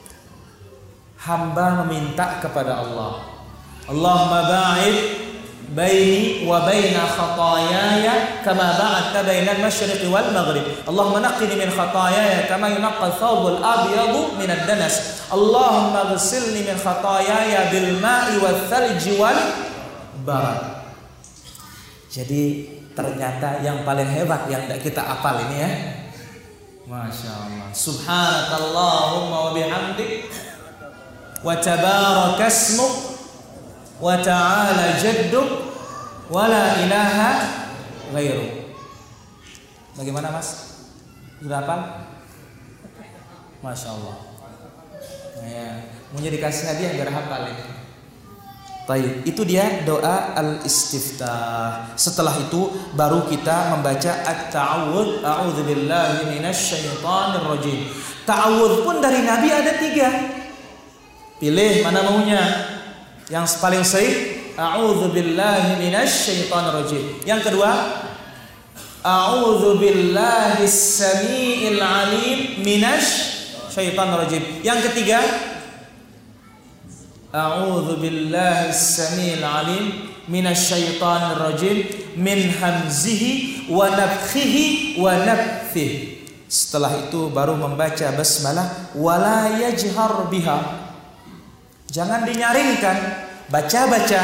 Hamba meminta kepada Allah, Allahumma ba'id baini wa baina khataayaya kama ba'adta bainal masyriqi wal maghrib. Allahumma naqqini min khataayaya kama yunqqa thawbul abyadu min ad-danas. Allahumma ighsilni min khataayaya bil ma'i wath thalji wal barad. Jadi ternyata yang paling hebat yang tidak kita hafal ini ya. Masya Allah. Subhanakallahumma wa bihamdik wa tabarakasmuk wa ta'ala jadduk wa la ilaha ghairuk. Bagaimana Mas? Sudah hafal? Masya Allah. Ya, mau dikasih hadiah biar hafal ini. Baik, itu dia doa al-istiftah. Setelah itu baru kita membaca at-ta'awudz, a'udzubillahi minasyaitonir rajim. Ta'awudz pun dari Nabi ada 3. Pilih mana maunya. Yang paling sahih, a'udzubillahi minasyaitonir rajim. Yang kedua, a'udzubillahi as-sami'il 'alim minasyaitonir rajim. Yang ketiga, a'udzu billahi as-sami'il 'alim minasyaitonir rajim min hamzihi wa nafthihi wa nafthihi. Setelah itu baru membaca basmalah wala yajhar biha. Jangan dinyaringkan, baca-baca.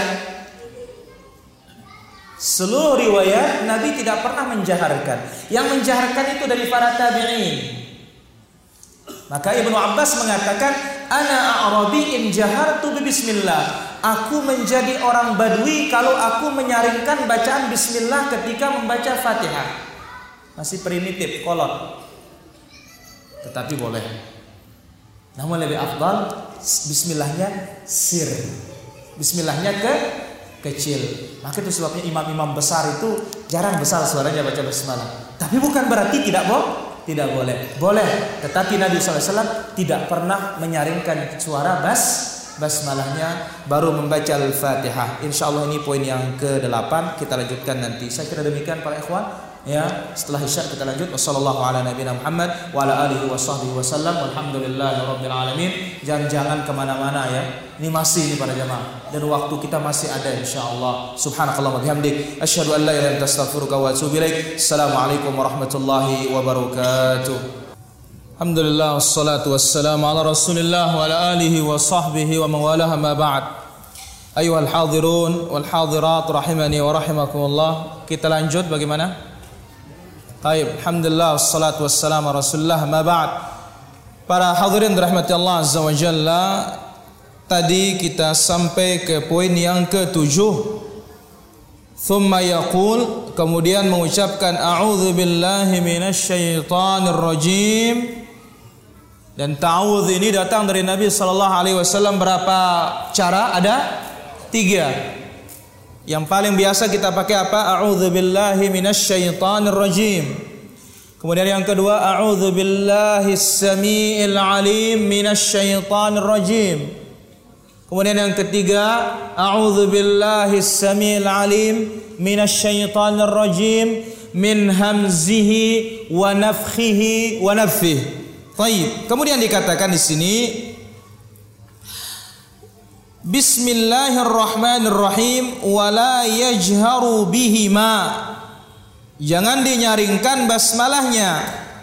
Seluruh riwayat Nabi tidak pernah menjaharkan. Yang menjaharkan itu dari para tabi'in. Maka Ibnu Abbas mengatakan, ana a'rabiin jahartu bismillah. Aku menjadi orang Badui kalau aku menyaringkan bacaan bismillah ketika membaca Fatihah. Masih primitif, kolot. Tetapi boleh. Namun lebih afdal bismillahnya sir. Bismillahnya kecil. Maka itu sebabnya imam-imam besar itu jarang besar suaranya baca basmalah. Tapi bukan berarti tidak boleh. Boleh, tetapi Nabi SAW tidak pernah menyaringkan suara basmalahnya baru membaca Al-Fatihah. Insyaallah ini poin yang ke-8, kita lanjutkan nanti. Saya kira demikian para ikhwan. Ya, setelah Isya kita lanjut. Wassallallahu ala nabiyina Muhammad wa ala alihi washabbihi wasallam. Walhamdulillahirabbil alamin. Jangan kemana-mana ya. Ini masih ini para jamaah dan waktu kita masih ada insyaallah. Subhanakallahumma bihamdik asyhadu an la ilaha illa anta astaghfiruka wa atubu ilaik. Assalamualaikum warahmatullahi wabarakatuh. Alhamdulillah wassalatu wassalamu ala Rasulillah wa ala alihi wa sahbihi wa man walaha ma ba'd. Ayyuhal hadirun wal hadirat rahimani wa rahimakumullah. Kita lanjut bagaimana? Baik, alhamdulillah wassalatu wassalamu ala Rasulillah ma ba'd. Para hadirin dirahmati Allah azza wa jalla, tadi kita sampai ke poin yang ke-7. Thumma yaqul, kemudian mengucapkan a'udzu billahi minasyaitonir rajim. Dan ta'awudz ini datang dari Nabi sallallahu alaihi wasallam berapa cara? Ada 3. Yang paling biasa kita pakai apa? A'udzu billahi minasyaitonir rajim. Kemudian yang kedua, a'udzu billahis samiil alim minasyaitonir rajim. Kemudian yang ketiga, a'udzu billahis samiil alim minasyaitonir rajim min hamzihi wa nafthihi wa nafthihi. Baik. Kemudian dikatakan di sini Bismillahirrahmanirrahim wala yajharu bihima. Jangan dinyaringkan basmalahnya.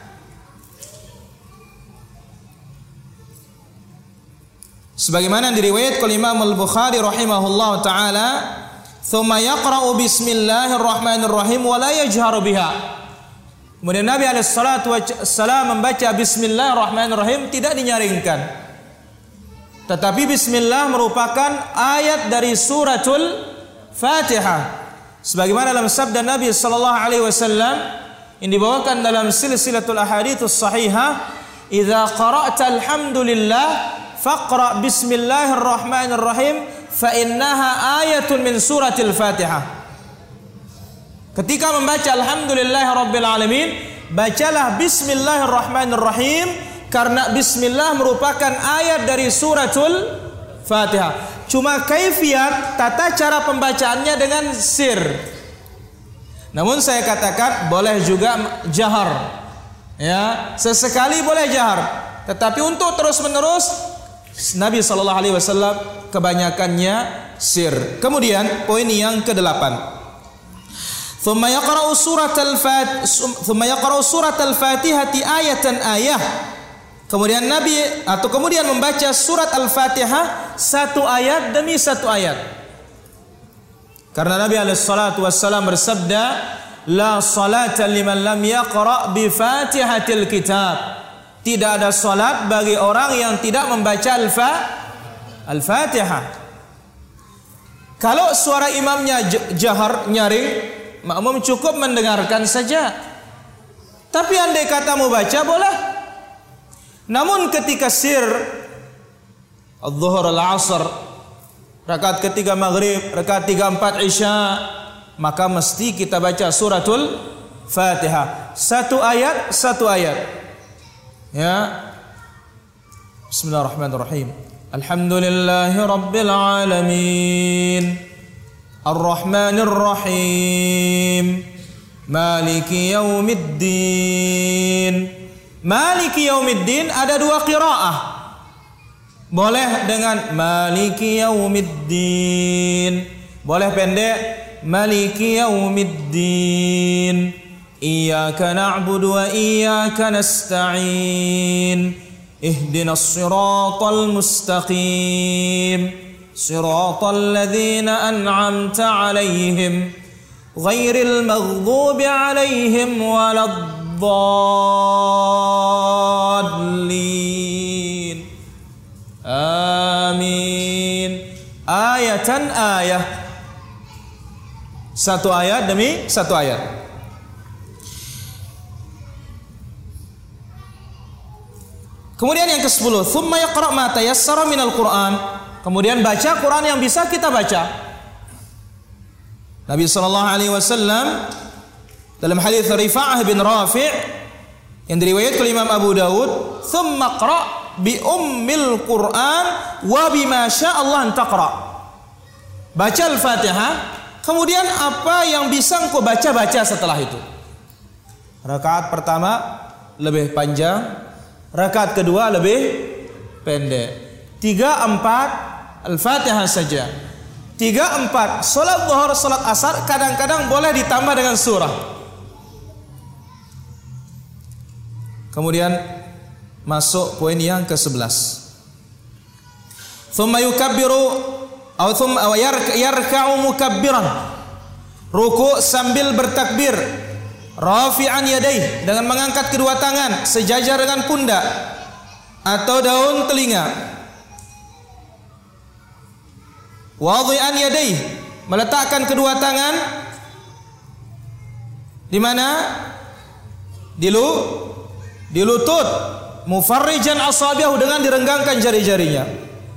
Sebagaimana diriwayatkan oleh Imam Al-Bukhari rahimahullah taala, "Tsumma yaqra'u bismillahirrahmanirrahim wala yajharu biha." Kemudian Nabi alaihi salatu wassalam membaca bismillahirrahmanirrahim tidak dinyaringkan. Tetapi bismillah merupakan ayat dari suratul Fatihah. Sebagaimana dalam sabda Nabi sallallahu alaihi wasallam yang dibawakan dalam silsilatul ahadits sahihah, "Idza qara'ta alhamdulillah faqra bismillahirrahmanirrahim fa innaha ayatun min suratil Fatihah." Ketika membaca alhamdulillahirabbil alamin, bacalah bismillahirrahmanirrahim karena bismillah merupakan ayat dari suratul Fatihah. Cuma kaifiat tata cara pembacaannya dengan sir. Namun saya katakan boleh juga jahar. Ya, sesekali boleh jahar. Tetapi untuk terus-menerus Nabi sallallahu alaihi wasallam kebanyakannya sir. Kemudian poin yang ke-8. Thumma yaqra'u suratal Fatihati ayatan ayah. Kemudian kemudian membaca surat Al-Fatihah satu ayat demi satu ayat. Karena Nabi alaihi salatu wassalam bersabda, la salata liman lam yaqra' bi Fatihatil kitab. Tidak ada salat bagi orang yang tidak membaca Al-Fatihah. Kalau suara imamnya jahar, nyaring, makmum cukup mendengarkan saja. Tapi andai kata mau baca boleh. Namun ketika sir, al-zuhur, al-asr, rakaat ketiga maghrib, rakaat 3-4 isya, maka mesti kita baca suratul Fatihah. Satu ayat. Ya. Bismillahirrahmanirrahim. Alhamdulillahi rabbil alamin. Ar-Rahmanir Rahim. Maliki yaumiddin. Maliki yaumiddin ada dua qiraah. Boleh dengan Maliki yaumiddin. Boleh pendek Maliki yaumiddin. Iyyaka na'budu wa iyyaka nasta'in. Ihdinas siratal mustaqim. Siratal ladzina an'amta 'alaihim ghairil maghdubi 'alaihim waladdallin. Amin. Ayatan ayah. Satu ayat demi satu ayat. Kemudian yang ke-10, thumma yaqra' ma tayassara minal Qur'an. Kemudian baca Quran yang bisa kita baca. Nabi sallallahu alaihi wasallam dalam hadis Rifa'ah bin Rafi' yang diriwayatkan oleh Imam Abu Dawud, thumma qra' bi ummil Qur'an wa bima sya'allah an taqra'. Baca Al-Fatihah, kemudian apa yang bisa engkau baca setelah itu. Rakaat pertama lebih panjang, rakaat kedua lebih pendek. 3-4 Al-Fatihah saja. 3-4 salat zuhur, salat asar kadang-kadang boleh ditambah dengan surah. Kemudian masuk poin yang ke-11. Thumma yukabbiru aw thumma yarka'u mukabbiran. Ruku' sambil bertakbir. Rafi'an yadayh, dengan mengangkat kedua tangan sejajar dengan pundak atau daun telinga. Wadhi'an yadayh, meletakkan kedua tangan di mana? Di lutut. Mufarrijan asabihu, dengan direnggangkan jari-jarinya.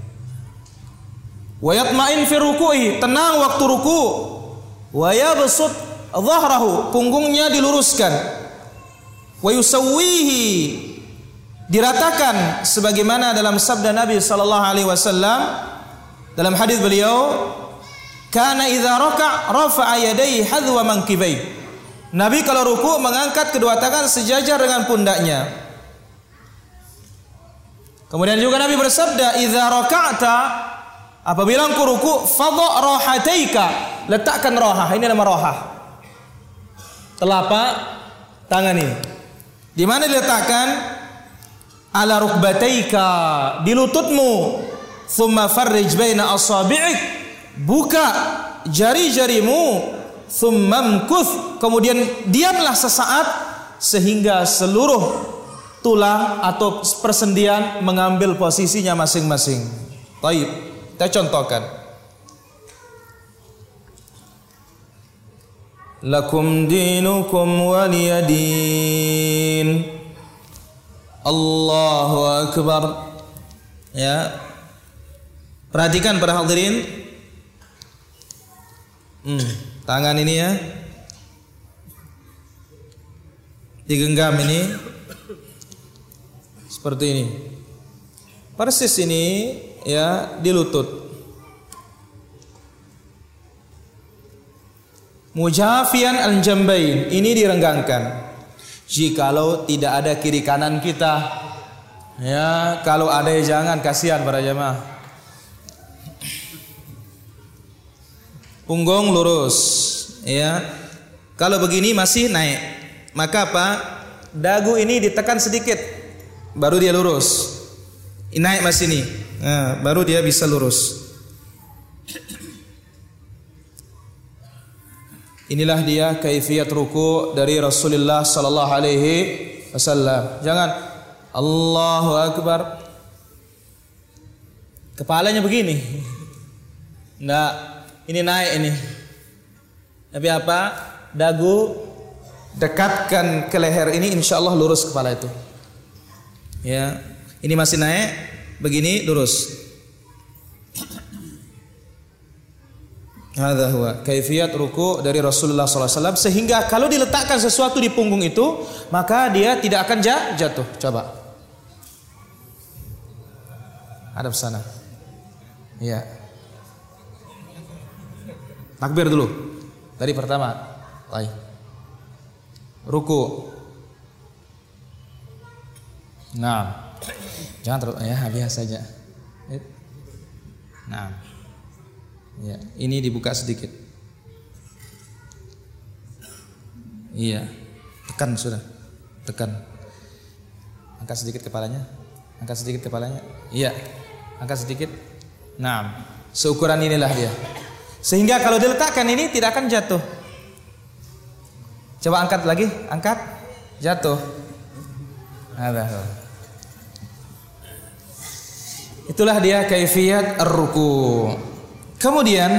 Wa yatma'in fi ruku'i, tenang waktu ruku'. Wa yabsut dhahrahu, punggungnya diluruskan. Wa yusawwihi, diratakan sebagaimana dalam sabda Nabi sallallahu alaihi wasallam dalam hadis beliau, kana idza raka' rafa'a yadayhi hadwa mankibai. Nabi kalau ruku mengangkat kedua tangan sejajar dengan pundaknya. Kemudian juga Nabi bersabda, idza raka'ta, apabila engkau ruku, fadha' rahataika, letakkan rahah. Ini nama rahah, telapak tangan ini. Di mana diletakkan? Ala rukbataika, di lututmu. Thumma farrij baina asabi'ik, buka jari-jarimu. Thumma mkuth, kemudian diamlah sesaat sehingga seluruh tulang atau persendian mengambil posisinya masing-masing. Baik, kita contohkan. Lakum dinukum waliyadin. Allahu akbar. Ya. Perhatikan para hadirin. Tangan ini ya. Digenggam ini. Seperti ini. Persis ini ya, di lutut. Mujafian al-jambain, ini direnggangkan. Jikalau tidak ada kiri kanan kita, Ya, kalau ada jangan, kasihan para jamaah. Punggung lurus, ya. Kalau begini masih naik, maka apa? Dagu ini ditekan sedikit, baru dia lurus. Naik masih nih, nah, baru dia bisa lurus. Inilah dia kaifiyat ruku dari Rasulullah sallallahu alaihi wasallam. Jangan Allahu Akbar, kepalanya begini. Enggak, ini naik ini. Tapi apa? Dagu dekatkan ke leher ini, insyaallah lurus kepala itu. Ya, ini masih naik, begini lurus. Hadza huwa kaifiyat ruku dari Rasulullah sallallahu alaihi wasallam, sehingga kalau diletakkan sesuatu di punggung itu, maka dia tidak akan jatuh. Coba. Hadap sana. Iya. Takbir dulu. Tadi pertama. Baik. Ruku. Nah. Jangan terlalu ya, biasa saja. Nah. Ya, ini dibuka sedikit. Iya, tekan sudah, tekan. Angkat sedikit kepalanya, angkat sedikit kepalanya. Iya, angkat sedikit. Nah, seukuran inilah dia. Sehingga kalau diletakkan ini tidak akan jatuh. Coba angkat lagi, angkat, jatuh. Ada. Itulah dia kaifiyat ar-ruku. Kemudian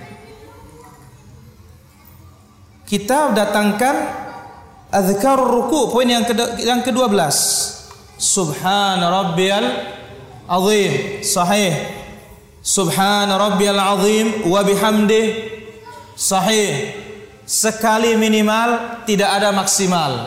kita datangkan azkar ruku, poin yang ke-12. Subhana rabbiyal azim, sahih. Subhana rabbiyal azim wa bihamdih, sahih. Sekali minimal, tidak ada maksimal.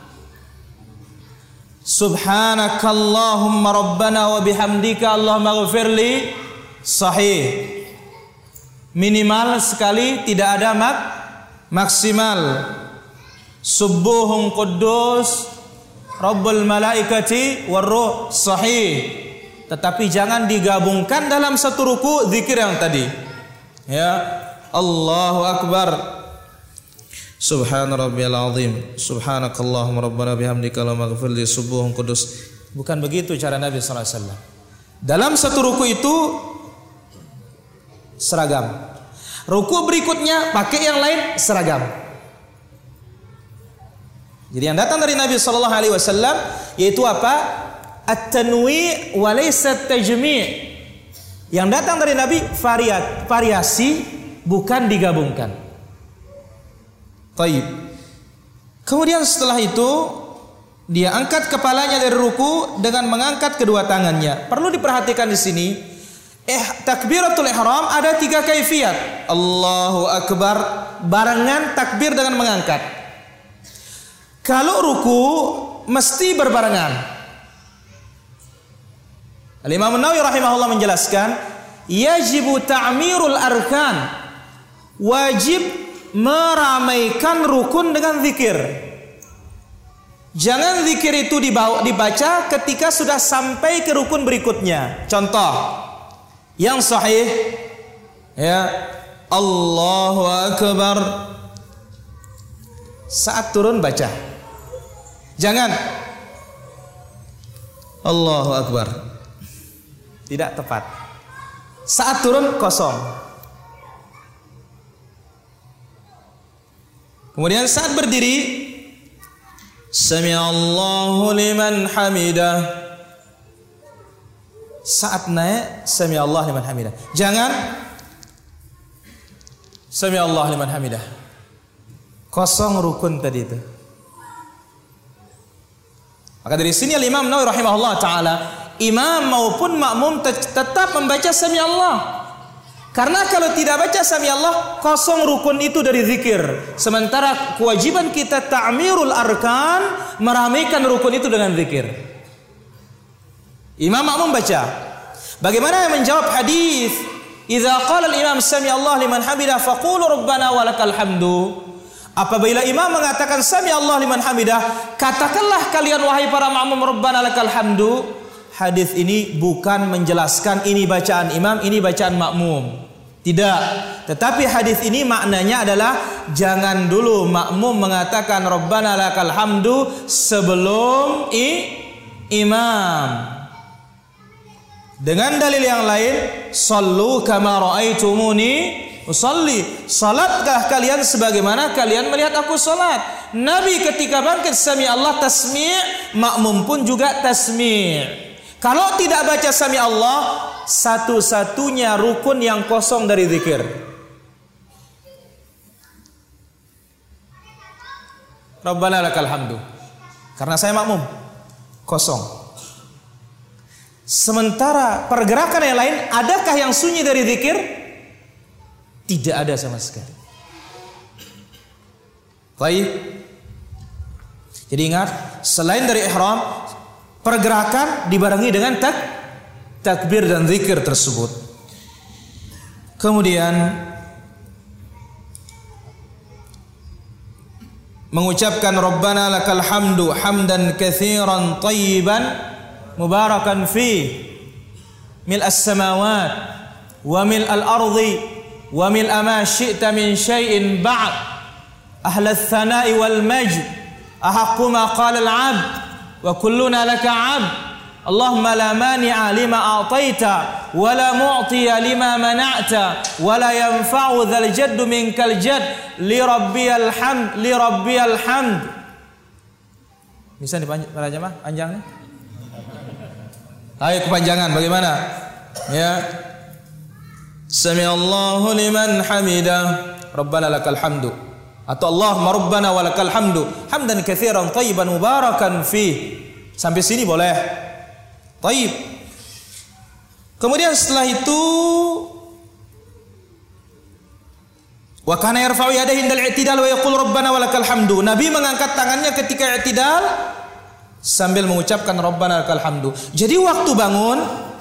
Subhanakallahumma rabbana wa bihamdika Allahumma ghfirli, sahih. Minimal sekali, tidak ada maksimal. Subuhun quddus Rabbul malaikati warruh, sahih. Tetapi jangan digabungkan dalam satu ruku zikir yang tadi. Ya, Allahu Akbar. Subhana rabbiyal azim, subhanakallahumma rabbana bihamdika Allahumma ghfirli, subuhun quddus. Bukan begitu cara Nabi sallallahu alaihi wasallam. Dalam satu ruku itu seragam. Ruku berikutnya pakai yang lain seragam. Jadi yang datang dari Nabi sallallahu alaihi wasallam yaitu apa? At-tanwi' wa laysa at-tajmi'. Yang datang dari Nabi variasi, bukan digabungkan. Baik. Kemudian setelah itu dia angkat kepalanya dari ruku dengan mengangkat kedua tangannya. Perlu diperhatikan di sini. Takbiratul ihram ada 3 kaifiyat. Allahu Akbar barengan takbir dengan mengangkat. Kalau ruku mesti berbarengan. Al-Imam An-Nawawi rahimahullah menjelaskan, yajibu ta'mirul arkan. Wajib meramaikan rukun dengan zikir. Jangan zikir itu dibaca ketika sudah sampai ke rukun berikutnya. Contoh yang sahih, ya, Allahu Akbar. Saat turun baca. Jangan Allahu Akbar. Tidak tepat. Saat turun kosong. Kemudian saat berdiri, Sami'allahu liman hamidah. Saat naik, Sami'allahu liman hamidah. Jangan Sami'allahu liman hamidah. Kosong rukun tadi itu. Maka dari sini Imam Nawawi rahimahullah taala, imam maupun makmum tetap membaca Sami'allah. Karena kalau tidak baca Sami'allah, kosong rukun itu dari zikir. Sementara kewajiban kita ta'mirul arkan, meramaikan rukun itu dengan zikir. Imam makmum baca. Bagaimana yang menjawab hadis, "Idza qala al-imam Sami'allahu liman hamidah faqulu rabbana walakal hamdu." Apabila imam mengatakan Sami'allahu liman hamidah, katakanlah kalian wahai para makmum, Rabbana lakal hamdu. hadis ini bukan menjelaskan ini bacaan imam, ini bacaan makmum. Tidak. Tetapi hadis ini maknanya adalah jangan dulu makmum mengatakan Rabbana lakal hamdu sebelum imam. Dengan dalil yang lain, sallu kama raaitumuni usalli. Salatkah kalian sebagaimana kalian melihat aku salat. Nabi ketika bangkit sami Allah tasmi', makmum pun juga tasmi'. Kalau tidak baca sami Allah, satu-satunya rukun yang kosong dari zikir. Rabbana lakal hamdu. Karena saya makmum, kosong. Sementara pergerakan yang lain, adakah yang sunyi dari zikir? Tidak ada sama sekali. Baik. Jadi ingat, selain dari ihram, pergerakan dibarengi dengan takbir dan zikir tersebut. Kemudian mengucapkan Rabbana lakal hamdu hamdan katsiran thayyiban mubarakan fi mil as-samawat wa mil al-ardi wa mil ma syi'ta min syai'in ba'd ahla ats-tsana'i wal majd ahaqqu ma qala al-'abd wa kulluna laka 'abd Allahumma la mani'a lima a'taita wa la mu'tiya lima mana'ta wa la yanfa'u dzal jaddu minkal jadd li rabbiyal hamd. Bisa dipanjang mah panjangnya? Ayo kepanjangan bagaimana? Ya. Sami'allahu liman hamidah. Rabbana lakal hamdu. Atau Allahumma rabbana walakal hamdu hamdan katsiran thayyiban mubarakan fi. Sampai sini boleh. Taib. Kemudian setelah itu wa kana yarfa'u yadayhi indal i'tidal wa yaqul rabbana walakal hamdu. Nabi mengangkat tangannya ketika i'tidal sambil mengucapkan rabbana lakal hamdu. Jadi waktu bangun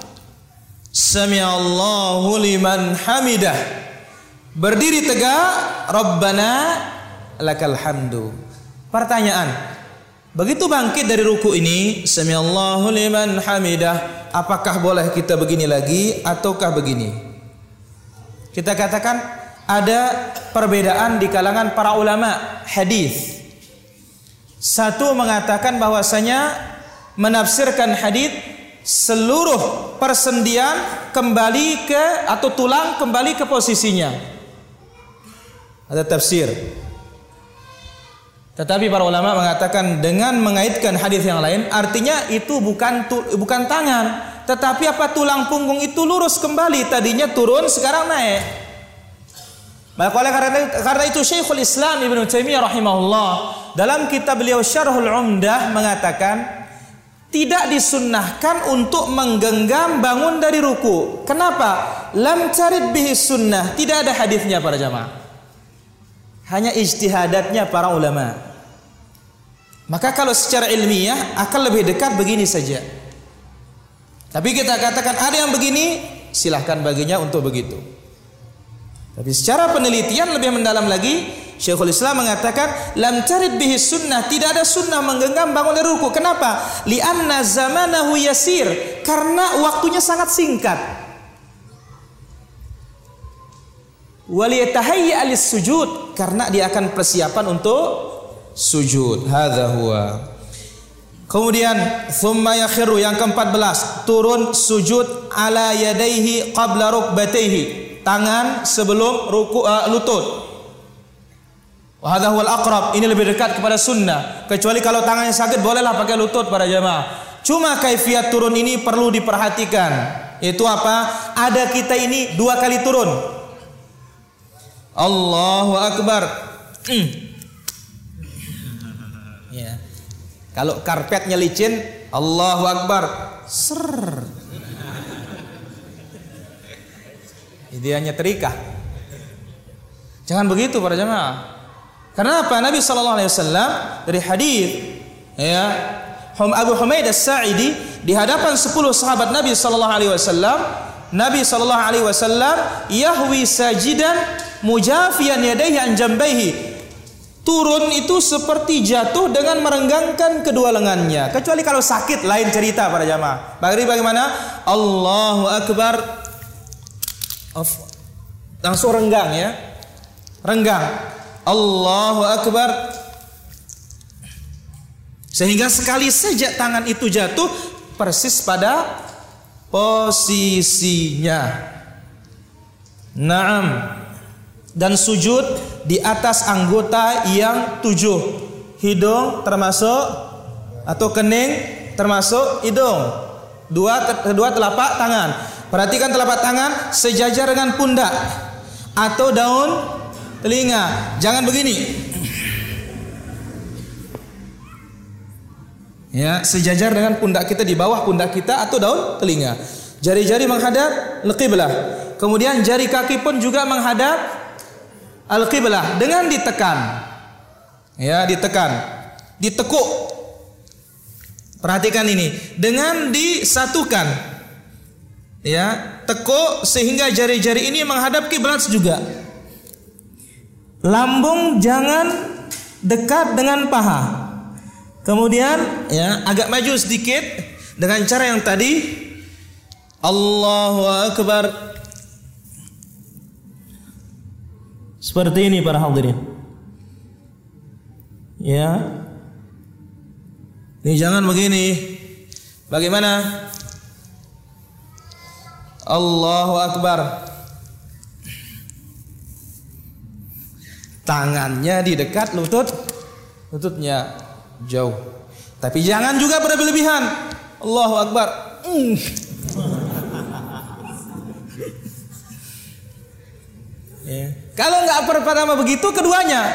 sami'allahu liman hamidah. Berdiri tegak rabbana lakal hamdu. Pertanyaan, begitu bangkit dari ruku ini, sami'allahu liman hamidah, apakah boleh kita begini lagi ataukah begini? Kita katakan ada perbedaan di kalangan para ulama hadis. Satu mengatakan bahwasanya menafsirkan hadis seluruh persendian kembali ke atau tulang kembali ke posisinya. Ada tafsir. Tetapi para ulama mengatakan dengan mengaitkan hadis yang lain, artinya itu bukan tangan, tetapi apa tulang punggung itu lurus kembali, tadinya turun sekarang naik. Maka oleh karena itu Syekhul Islam Ibnu Taimiyah rahimahullah dalam kitab beliau Syarhul Umdah mengatakan tidak disunnahkan untuk menggenggam bangun dari ruku. Kenapa? Lam tarid bihi sunnah, tidak ada hadisnya para jamaah. Hanya ijtihadatnya para ulama. Maka kalau secara ilmiah akan lebih dekat begini saja. Tapi kita katakan ada yang begini, silahkan baginya untuk begitu. Tapi secara penelitian lebih mendalam lagi, Syekhul Islam mengatakan lam tarid bihi sunnah, tidak ada sunnah menggenggam bangun dari ruku. Kenapa? Li'anna zamanahu yasir, karena waktunya sangat singkat. Waliyatahayya alis sujud, karena dia akan persiapan untuk sujud. Hadza huwa. Kemudian thumma yakhiru, yang ke-14, turun sujud ala yadayhi qabla rukbatayhi, tangan sebelum lutut. Wa hadza huwal aqrab, ini lebih dekat kepada sunnah. Kecuali kalau tangannya sakit bolehlah pakai lutut para jamaah. Cuma kaifiat turun ini perlu diperhatikan. Itu apa? Ada kita ini 2 kali turun. Allahu Akbar. Ya. Kalau karpetnya licin, Allahu Akbar. Ser. Ideanya terikah. Jangan begitu para jamaah. Karena apa? Nabi sallallahu alaihi wasallam dari hadis ya Abu Humaid As-Sa'idi di hadapan 10 sahabat Nabi sallallahu alaihi wasallam, Nabi sallallahu alaihi wasallam yahwi sajidan mujafiyan yadayhi an jambaihi. turun itu seperti jatuh dengan merenggangkan kedua lengannya. Kecuali kalau sakit, lain cerita para jamaah. Bagaimana? Allahu Akbar, langsung renggang ya, renggang. Allahu Akbar, sehingga sekali saja tangan itu jatuh persis pada posisinya. Naam. Dan sujud di atas anggota yang 7. Hidung termasuk, atau kening termasuk hidung. Kedua telapak tangan. Perhatikan telapak tangan sejajar dengan pundak atau daun telinga. Jangan begini. Ya, sejajar dengan pundak kita, di bawah pundak kita atau daun telinga. Jari-jari menghadap al-qiblah. Kemudian jari kaki pun juga menghadap al-qiblah dengan ditekan. Ya, ditekan. Ditekuk. Perhatikan ini, dengan disatukan. Ya, tekuk sehingga jari-jari ini menghadap kiblat juga. Lambung jangan dekat dengan paha. Kemudian ya, agak maju sedikit dengan cara yang tadi. Allahu Akbar. Seperti ini para hadirin. Ya. Ini jangan begini. Bagaimana? Allahu Akbar. Tangannya di dekat lutut, lututnya jauh. Tapi jangan juga berlebihan. Allahu Akbar. Ya. Kalau nggak pertama begitu, keduanya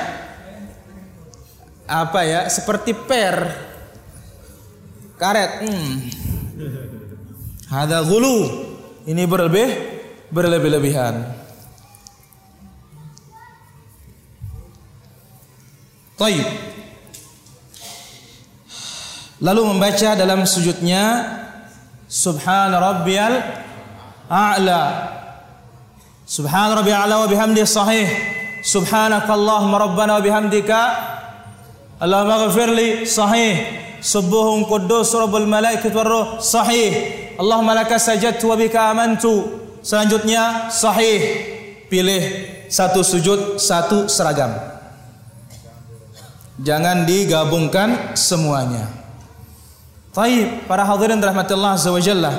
apa ya? Seperti karet. Hada ghulu. Ini berlebih-lebihan. Taib. Lalu membaca dalam sujudnya Subhan Rabbiyal A'la. Subhan Rabbiyal A'la wa bihamdihi sahih. Subhanakallahumma rabbana wa bihamdika Allahumma ghafirli sahih. Subuhun quddus rabbul malaikati warruh sahih. Allahumma laka sajadtu wa bika amantu. Selanjutnya sahih. Pilih satu sujud, satu seragam. Jangan digabungkan semuanya. Taib, para hadirin rahmatillah azza wa jalla.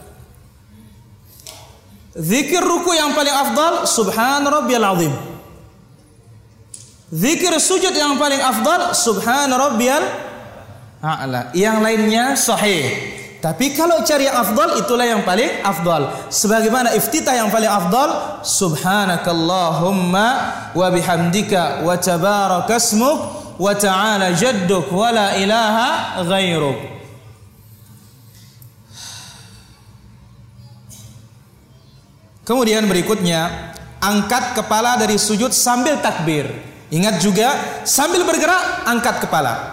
Zikir ruku yang paling afdal Subhan Rabbiyal Azim. Zikir sujud yang paling afdal Subhan Rabbiyal A'la. Yang lainnya sahih. Tapi kalau cari yang afdal, itulah yang paling afdal. Sebagaimana iftitah yang paling afdal Subhanakallahumma wa bihamdika wa tabarakasmuk wa ta'ala jadduk wa la ilaha ghairuk. Kemudian berikutnya, angkat kepala dari sujud sambil takbir. Ingat juga, sambil bergerak angkat kepala.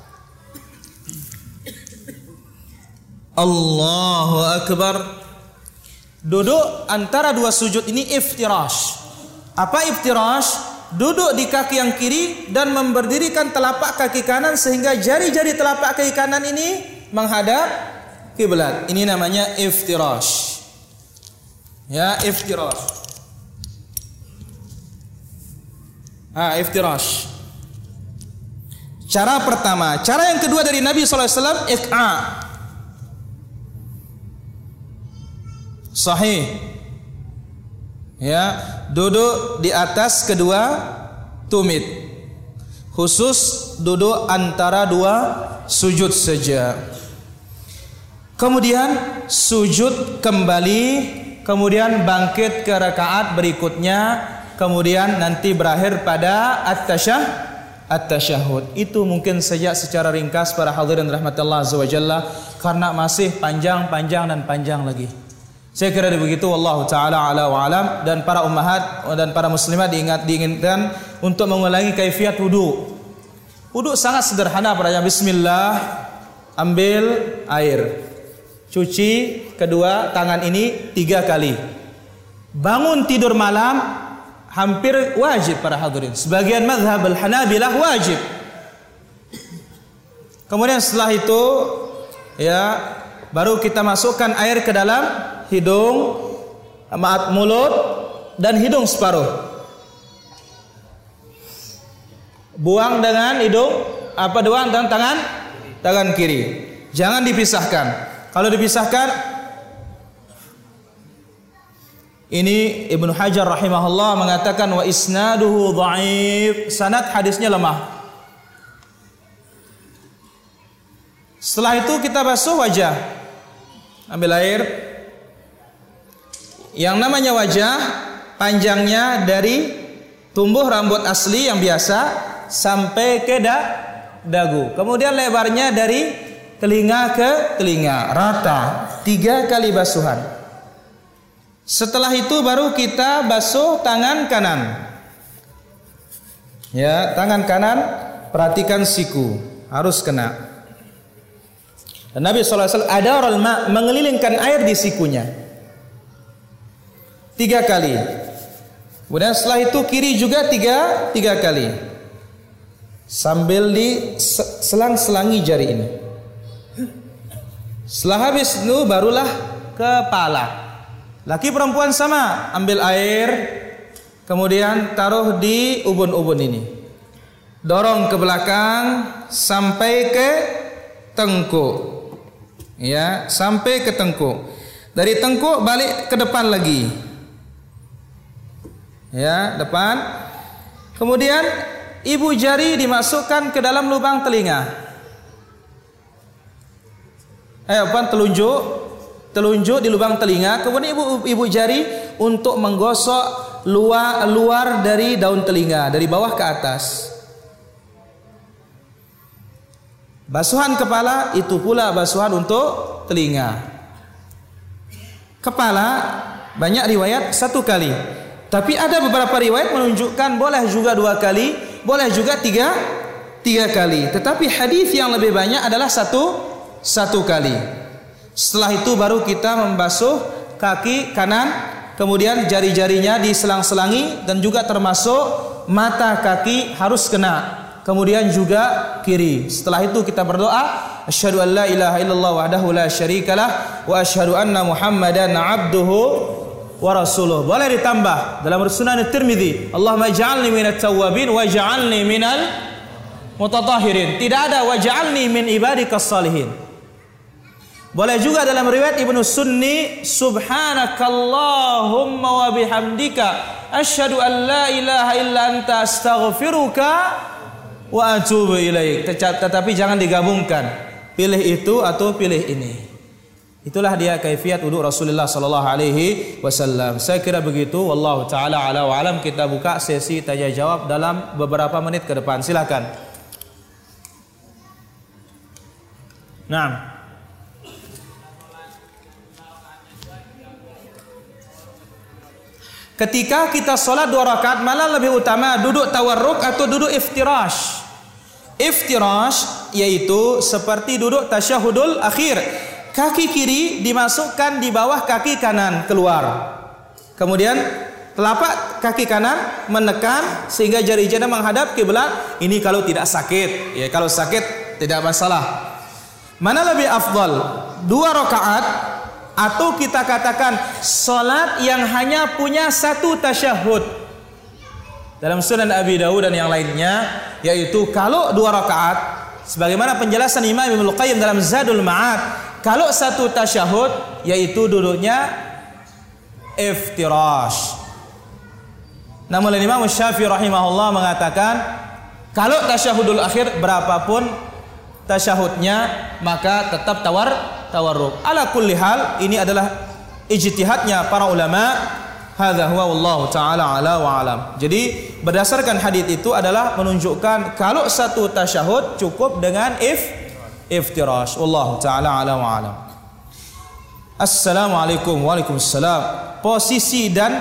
Allahu Akbar. Duduk antara dua sujud ini iftirash. Apa iftirash? Duduk di kaki yang kiri dan memberdirikan telapak kaki kanan sehingga jari-jari telapak kaki kanan ini menghadap kiblat. Ini namanya iftirash. Ya, iftirash. Iftirash. Cara pertama. Cara yang kedua dari Nabi SAW, iq'a. Sahih. Ya, duduk di atas kedua tumit. Khusus duduk antara dua sujud saja. Kemudian sujud kembali. Kemudian bangkit ke rakaat berikutnya, kemudian nanti berakhir pada at-tasyahud. Itu mungkin saja secara ringkas para hadirin rahmatullah azza wa jalla, karena masih panjang dan panjang lagi. Saya kira begitu, wallahu taala ala wa alam. Dan para ummahat dan para muslimat diinginkan untuk mengulangi kaifiat wudu. Wudu sangat sederhana para jamaah. Bismillah, ambil air. Cuci kedua tangan ini 3 kali. Bangun tidur malam hampir wajib para hadirin. Sebagian mazhab al-Hanabilah wajib. Kemudian setelah itu ya baru kita masukkan air ke dalam hidung, mulut dan hidung separuh. Buang dengan hidung, buang dengan tangan kiri. Jangan dipisahkan. Kalau dipisahkan, ini Ibnu Hajar rahimahullah mengatakan wa isnaduhu dhaif, sanad hadisnya lemah. Setelah itu kita basuh wajah. Ambil air. Yang namanya wajah panjangnya dari tumbuh rambut asli yang biasa sampai ke dagu. Kemudian lebarnya dari telinga ke telinga, rata. 3 kali basuhan. Setelah itu baru kita basuh tangan kanan. Ya, tangan kanan perhatikan siku, harus kena. Dan Nabi SAW adarul ma, mengelilingkan air di sikunya 3 kali. Kemudian setelah itu kiri juga 3 kali. Sambil diselang-selangi jari ini. Setelah habis itu barulah kepala. Laki perempuan sama, ambil air, kemudian taruh di ubun-ubun ini. Dorong ke belakang sampai ke tengkuk. Ya, sampai ke tengkuk. Dari tengkuk balik ke depan lagi. Ya, depan. Kemudian ibu jari dimasukkan ke dalam lubang telinga. Telunjuk di lubang telinga. Kemudian ibu jari untuk menggosok luar dari daun telinga, dari bawah ke atas. Basuhan kepala itu pula basuhan untuk telinga. Kepala banyak riwayat 1 kali. Tapi ada beberapa riwayat menunjukkan boleh juga 2 kali, boleh juga 3 kali. Tetapi hadis yang lebih banyak adalah satu kali. Setelah itu baru kita membasuh kaki kanan, kemudian jari-jarinya diselang-selangi dan juga termasuk mata kaki harus kena. Kemudian juga kiri. Setelah itu kita berdoa, asyhadu an la ilaha illallah wahdahu la syarikalah wa asyhadu anna Muhammadan abduhu wa rasuluh. Boleh ditambah dalam Sunan Tirmidzi, Allahumma ij'alni minat tawwabin wa ij'alni minal mutatahhirin. Tidak ada waj'alni min ibadikas salihin. Boleh juga dalam riwayat Ibnu Sunni, subhanakallahumma wa bihamdika asyhadu an la ilaha illa anta astaghfiruka wa atubu ilaik. Tetapi jangan digabungkan. Pilih itu atau pilih ini. Itulah dia kaifiat wudu Rasulullah sallallahu alaihi wasallam. Saya kira begitu. Wallahu taala ala wa alam. Kita buka sesi tanya jawab dalam beberapa menit ke depan. Silakan. Naam. Ketika kita sholat 2 rakaat, mana lebih utama, duduk tawarruk atau duduk iftirash? Iftirash yaitu seperti duduk tasyahudul akhir. Kaki kiri dimasukkan di bawah kaki kanan keluar. Kemudian telapak kaki kanan menekan sehingga jari-jari menghadap kiblat. Ini kalau tidak sakit. Ya, kalau sakit tidak masalah. Mana lebih afdal? 2 rakaat atau kita katakan salat yang hanya punya 1 tasyahud. Dalam Sunan Abi Dawud dan yang lainnya, yaitu kalau 2 rakaat, sebagaimana penjelasan Imam Ibnu Qayyim dalam Zadul Ma'ad, kalau 1 tasyahud yaitu duduknya iftirash. Namun Imam Syafi'i rahimahullah mengatakan kalau tasyahudul akhir berapapun tasyahudnya maka tetap tawarruk. Ala kulli hal, ini adalah ijtihadnya para ulama. Hadza huwa wallahu taala ala wa alam. Jadi berdasarkan hadis itu adalah menunjukkan kalau 1 tasyahud cukup dengan iftirash. Wallahu taala ala wa alam. Assalamualaikum. Waalaikumsalam. Posisi dan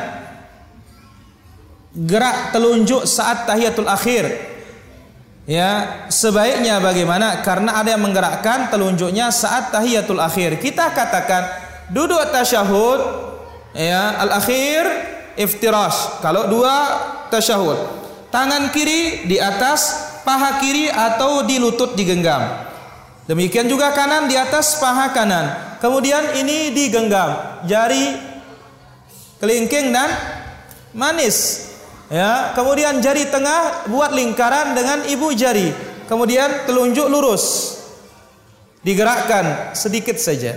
gerak telunjuk saat tahiyatul akhir. Ya, sebaiknya bagaimana? Karena ada yang menggerakkan telunjuknya saat tahiyatul akhir. Kita katakan duduk tasyahud ya al-akhir, iftirash. Kalau 2 tasyahud. Tangan kiri di atas paha kiri atau di lutut digenggam. Demikian juga kanan di atas paha kanan. Kemudian ini digenggam, jari kelingking dan manis. Ya, kemudian jari tengah buat lingkaran dengan ibu jari. Kemudian telunjuk lurus. Digerakkan sedikit saja.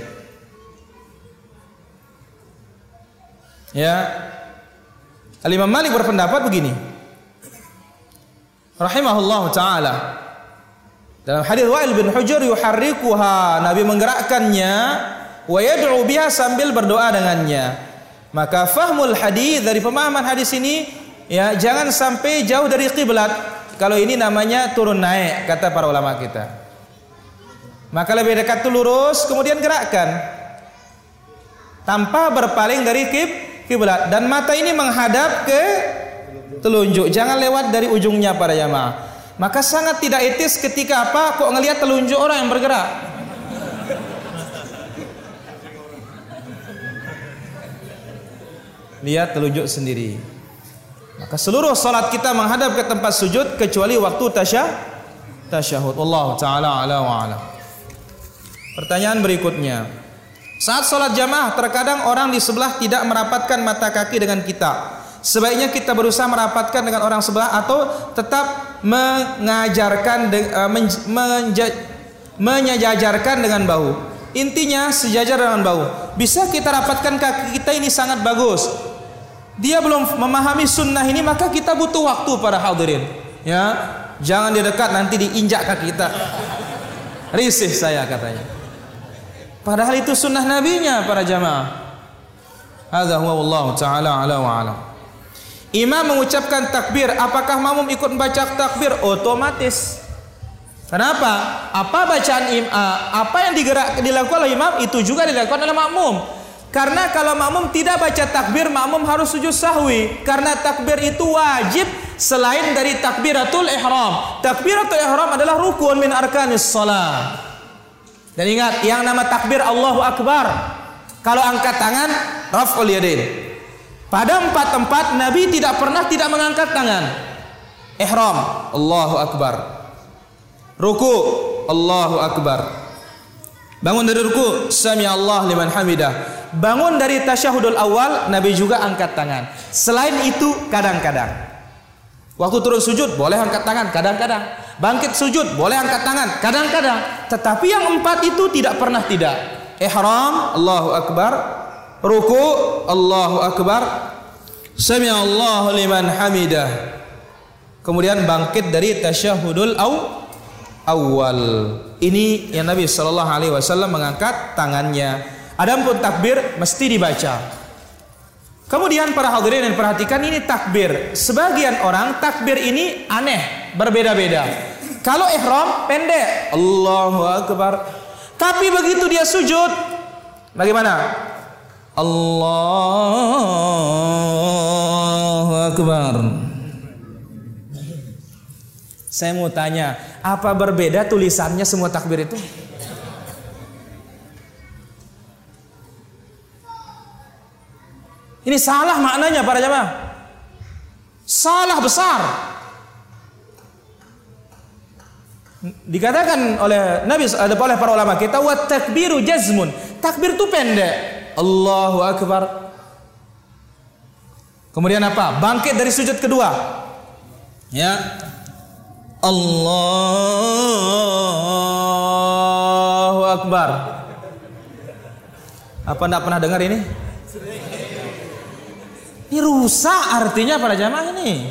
Ya. Al-Imam Malik berpendapat begini. Rahimahullah taala. Dalam hadis Wa'il bin Hujr, yuharrikuha, Nabi menggerakkannya, wa yad'u biha, sambil berdoa dengannya. Maka fahmul hadis, dari pemahaman hadis ini, ya, jangan sampai jauh dari kiblat. Kalau ini namanya turun naik, kata para ulama kita. Maka lebih dekat itu lurus, kemudian gerakkan tanpa berpaling dari kiblat, dan mata ini menghadap ke telunjuk, jangan lewat dari ujungnya para jamaah. Maka sangat tidak etis ketika apa? Kok ngelihat telunjuk orang yang bergerak. Lihat telunjuk sendiri. Maka seluruh salat kita menghadap ke tempat sujud kecuali waktu tasyahud. Allah taala ala wa ala. Pertanyaan berikutnya. Saat salat jamaah terkadang orang di sebelah tidak merapatkan mata kaki dengan kita. Sebaiknya kita berusaha merapatkan dengan orang sebelah atau tetap menyejajarkan dengan bahu. Intinya sejajar dengan bahu. Bisa kita rapatkan kaki kita, ini sangat bagus. Dia belum memahami sunnah ini, maka kita butuh waktu para hadirin. Ya, jangan di dekat nanti diinjak kaki kita. Risih saya katanya. Padahal itu sunnah nabinya para jamaah. Hadza huwa wallahu taala ala wa ala. Imam mengucapkan takbir, apakah makmum ikut membaca takbir? Otomatis. Kenapa? Apa bacaan apa yang dilakukan oleh imam itu juga dilakukan oleh makmum. Karena kalau makmum tidak baca takbir, makmum harus sujud sahwi. Karena takbir itu wajib selain dari takbiratul ihram. Takbiratul ihram adalah rukun min arkanis shalah. Dan ingat, yang nama takbir Allahu Akbar. Kalau angkat tangan, raf'ul yadain. Pada 4 tempat Nabi tidak pernah tidak mengangkat tangan. Ihram, Allahu Akbar. Ruku, Allahu Akbar. Bangun dari ruku, Sami Allah liman hamidah. Bangun dari tasyahudul awal, Nabi juga angkat tangan. Selain itu kadang-kadang. Waktu turun sujud boleh angkat tangan, kadang-kadang. Bangkit sujud boleh angkat tangan, kadang-kadang. Tetapi yang 4 itu tidak pernah tidak. Ihram, Allahu Akbar. Ruku, Allahu Akbar. Sami Allahu liman hamidah. Kemudian bangkit dari tasyahudul awal. Ini yang Nabi SAW mengangkat tangannya. Adapun takbir mesti dibaca. Kemudian para hadirin yang perhatikan, ini takbir. Sebagian orang takbir ini aneh, berbeda-beda. Kalau ihram pendek, Allahu Akbar. Tapi begitu dia sujud, bagaimana? Allahu Akbar. Saya mau tanya, apa berbeda tulisannya semua takbir itu? Ini salah maknanya para jamaah. Salah besar. Dikatakan oleh Nabi, oleh para ulama kita, wa takbiru jazmun. Takbir itu pendek. Allahu Akbar. Kemudian apa? Bangkit dari sujud kedua. Ya. Allahu Akbar. Apa enggak pernah dengar ini? Ini rusak artinya para jamaah ini.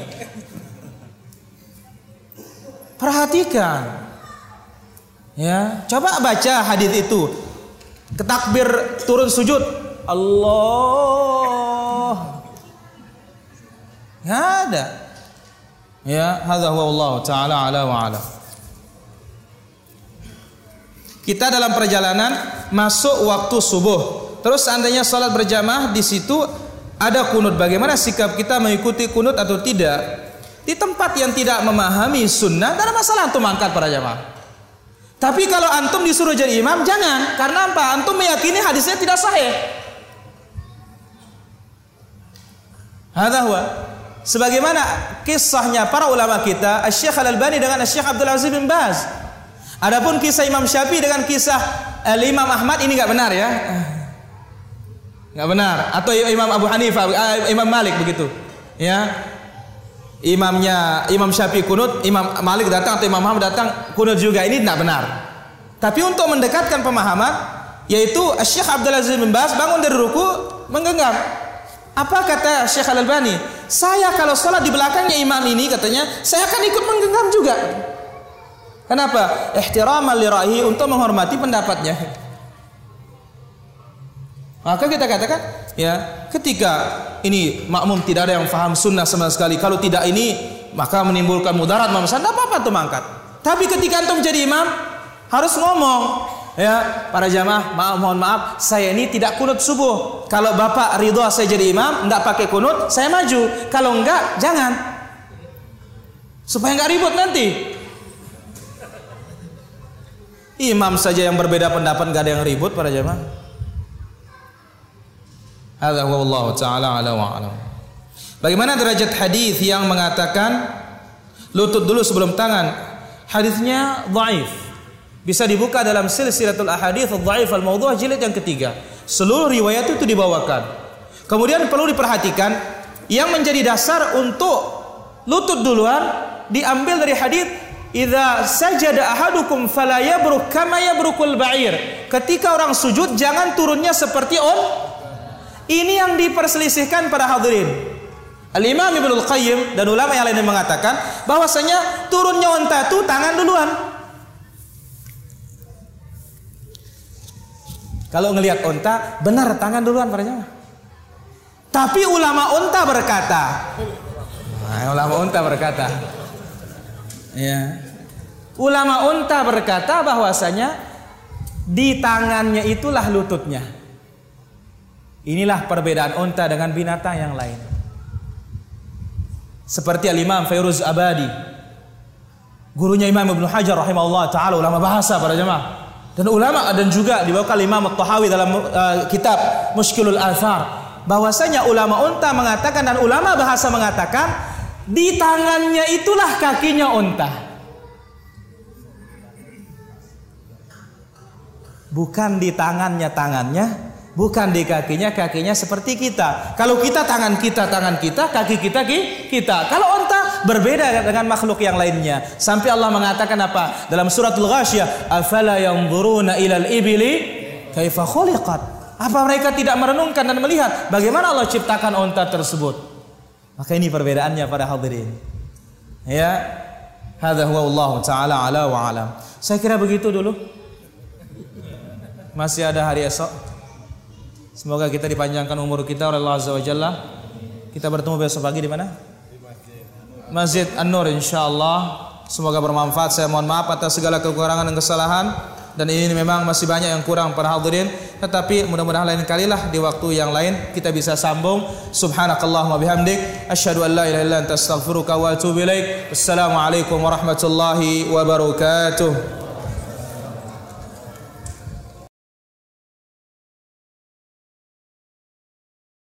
Perhatikan. Ya, coba baca hadis itu. Ketakbir turun sujud, Allah. Enggak ada. Ya, hadza huwa Allah taala ala wa ala. Kita dalam perjalanan masuk waktu subuh. Terus seandainya salat berjamaah di situ ada kunut. Bagaimana sikap kita mengikuti kunut atau tidak? Di tempat yang tidak memahami sunnah, tidak ada masalah antum angkat para jamaah. Tapi kalau antum disuruh jadi imam, jangan. Karena apa? Antum meyakini hadisnya tidak sahih. Hadza huwa. Sebagaimana kisahnya para ulama kita, Asy-Syaikh Al-Albani dengan Asy-Syaikh Abdul Aziz bin Baz. Adapun kisah Imam Syafi'i dengan kisah Imam Ahmad ini enggak benar ya. Enggak benar. Atau Imam Abu Hanifah, Imam Malik begitu. Ya. Imam Syafi'i kunut, Imam Malik datang atau Imam Ahmad datang kunut juga, ini tidak benar. Tapi untuk mendekatkan pemahaman, yaitu Syekh Abdul Aziz bin Baz bangun dari ruku menggenggam. Apa kata Syekh Al-Albani? Saya kalau sholat di belakangnya imam ini, katanya, saya akan ikut menggenggam juga. Kenapa? Ihtiraman li ra'yi, untuk menghormati pendapatnya. Maka kita katakan, ya, ketika ini makmum tidak ada yang faham sunnah sama sekali, kalau tidak ini maka menimbulkan mudarat mamsan, tidak apa-apa tuh mangkat. Tapi ketika antum jadi imam harus ngomong, ya, para jamaah, mohon maaf, saya ini tidak kunut subuh. Kalau bapak ridho saya jadi imam, enggak pakai kunut, saya maju. Kalau enggak, jangan. Supaya enggak ribut nanti. Imam saja yang berbeda pendapat, enggak ada yang ribut, para jamaah. Hadza wallahu taala ala wa alam. Bagaimana derajat hadis yang mengatakan lutut dulu sebelum tangan? Hadisnya dhaif. Bisa dibuka dalam silsilatul ahadits adh-dhaif al-maudhu' jilid yang ketiga. Seluruh riwayat itu dibawakan. Kemudian perlu diperhatikan yang menjadi dasar untuk lutut duluan diambil dari hadis idza sajada ahadukum fala yabruk kama yabrukul ba'ir. Ketika orang sujud jangan turunnya seperti Ini yang diperselisihkan para hadirin. Al-Imam Ibnul Qayyim dan ulama yang lain mengatakan bahwasanya turunnya unta itu tangan duluan. Kalau ngelihat unta, benar tangan duluan para jamaah. Tapi ulama unta berkata, ya. Ulama unta berkata bahwasanya di tangannya itulah lututnya. Inilah perbedaan unta dengan binatang yang lain. Seperti Al-Imam Fairuz Abadi, gurunya Imam Ibnu Hajar rahimahullah taala, ulama bahasa para jamaah. Dan ulama dan juga dibawakan Imam At-Tahawi dalam kitab Mushkilul Athar, bahwasanya ulama unta mengatakan dan ulama bahasa mengatakan di tangannya itulah kakinya unta. Bukan di tangannya, bukan di kakinya seperti kita. Kalau kita tangan kita, kaki kita. Kalau unta berbeda dengan makhluk yang lainnya. Sampai Allah mengatakan apa? Dalam suratul Ghasyiyah, afala yanzuruna ilal ibili kaifa khuliqat. Apa mereka tidak merenungkan dan melihat bagaimana Allah ciptakan unta tersebut? Maka ini perbedaannya pada hadirin. Ya, hadza huwa Allah taala ala wa alam. Saya kira begitu dulu. Masih ada hari esok. Semoga kita dipanjangkan umur kita oleh Allah Azza wa Jalla. Kita bertemu besok pagi di mana? Masjid An-Nur insyaallah. Semoga bermanfaat. Saya mohon maaf atas segala kekurangan dan kesalahan. Dan ini memang masih banyak yang kurang para hadirin. Tetapi mudah-mudahan lain kalilah di waktu yang lain kita bisa sambung. Subhanakallahumma bihamdik, asyhadu an la ilaha illa anta astaghfiruka wa atubu ilaik. Wassalamualaikum warahmatullahi wabarakatuh.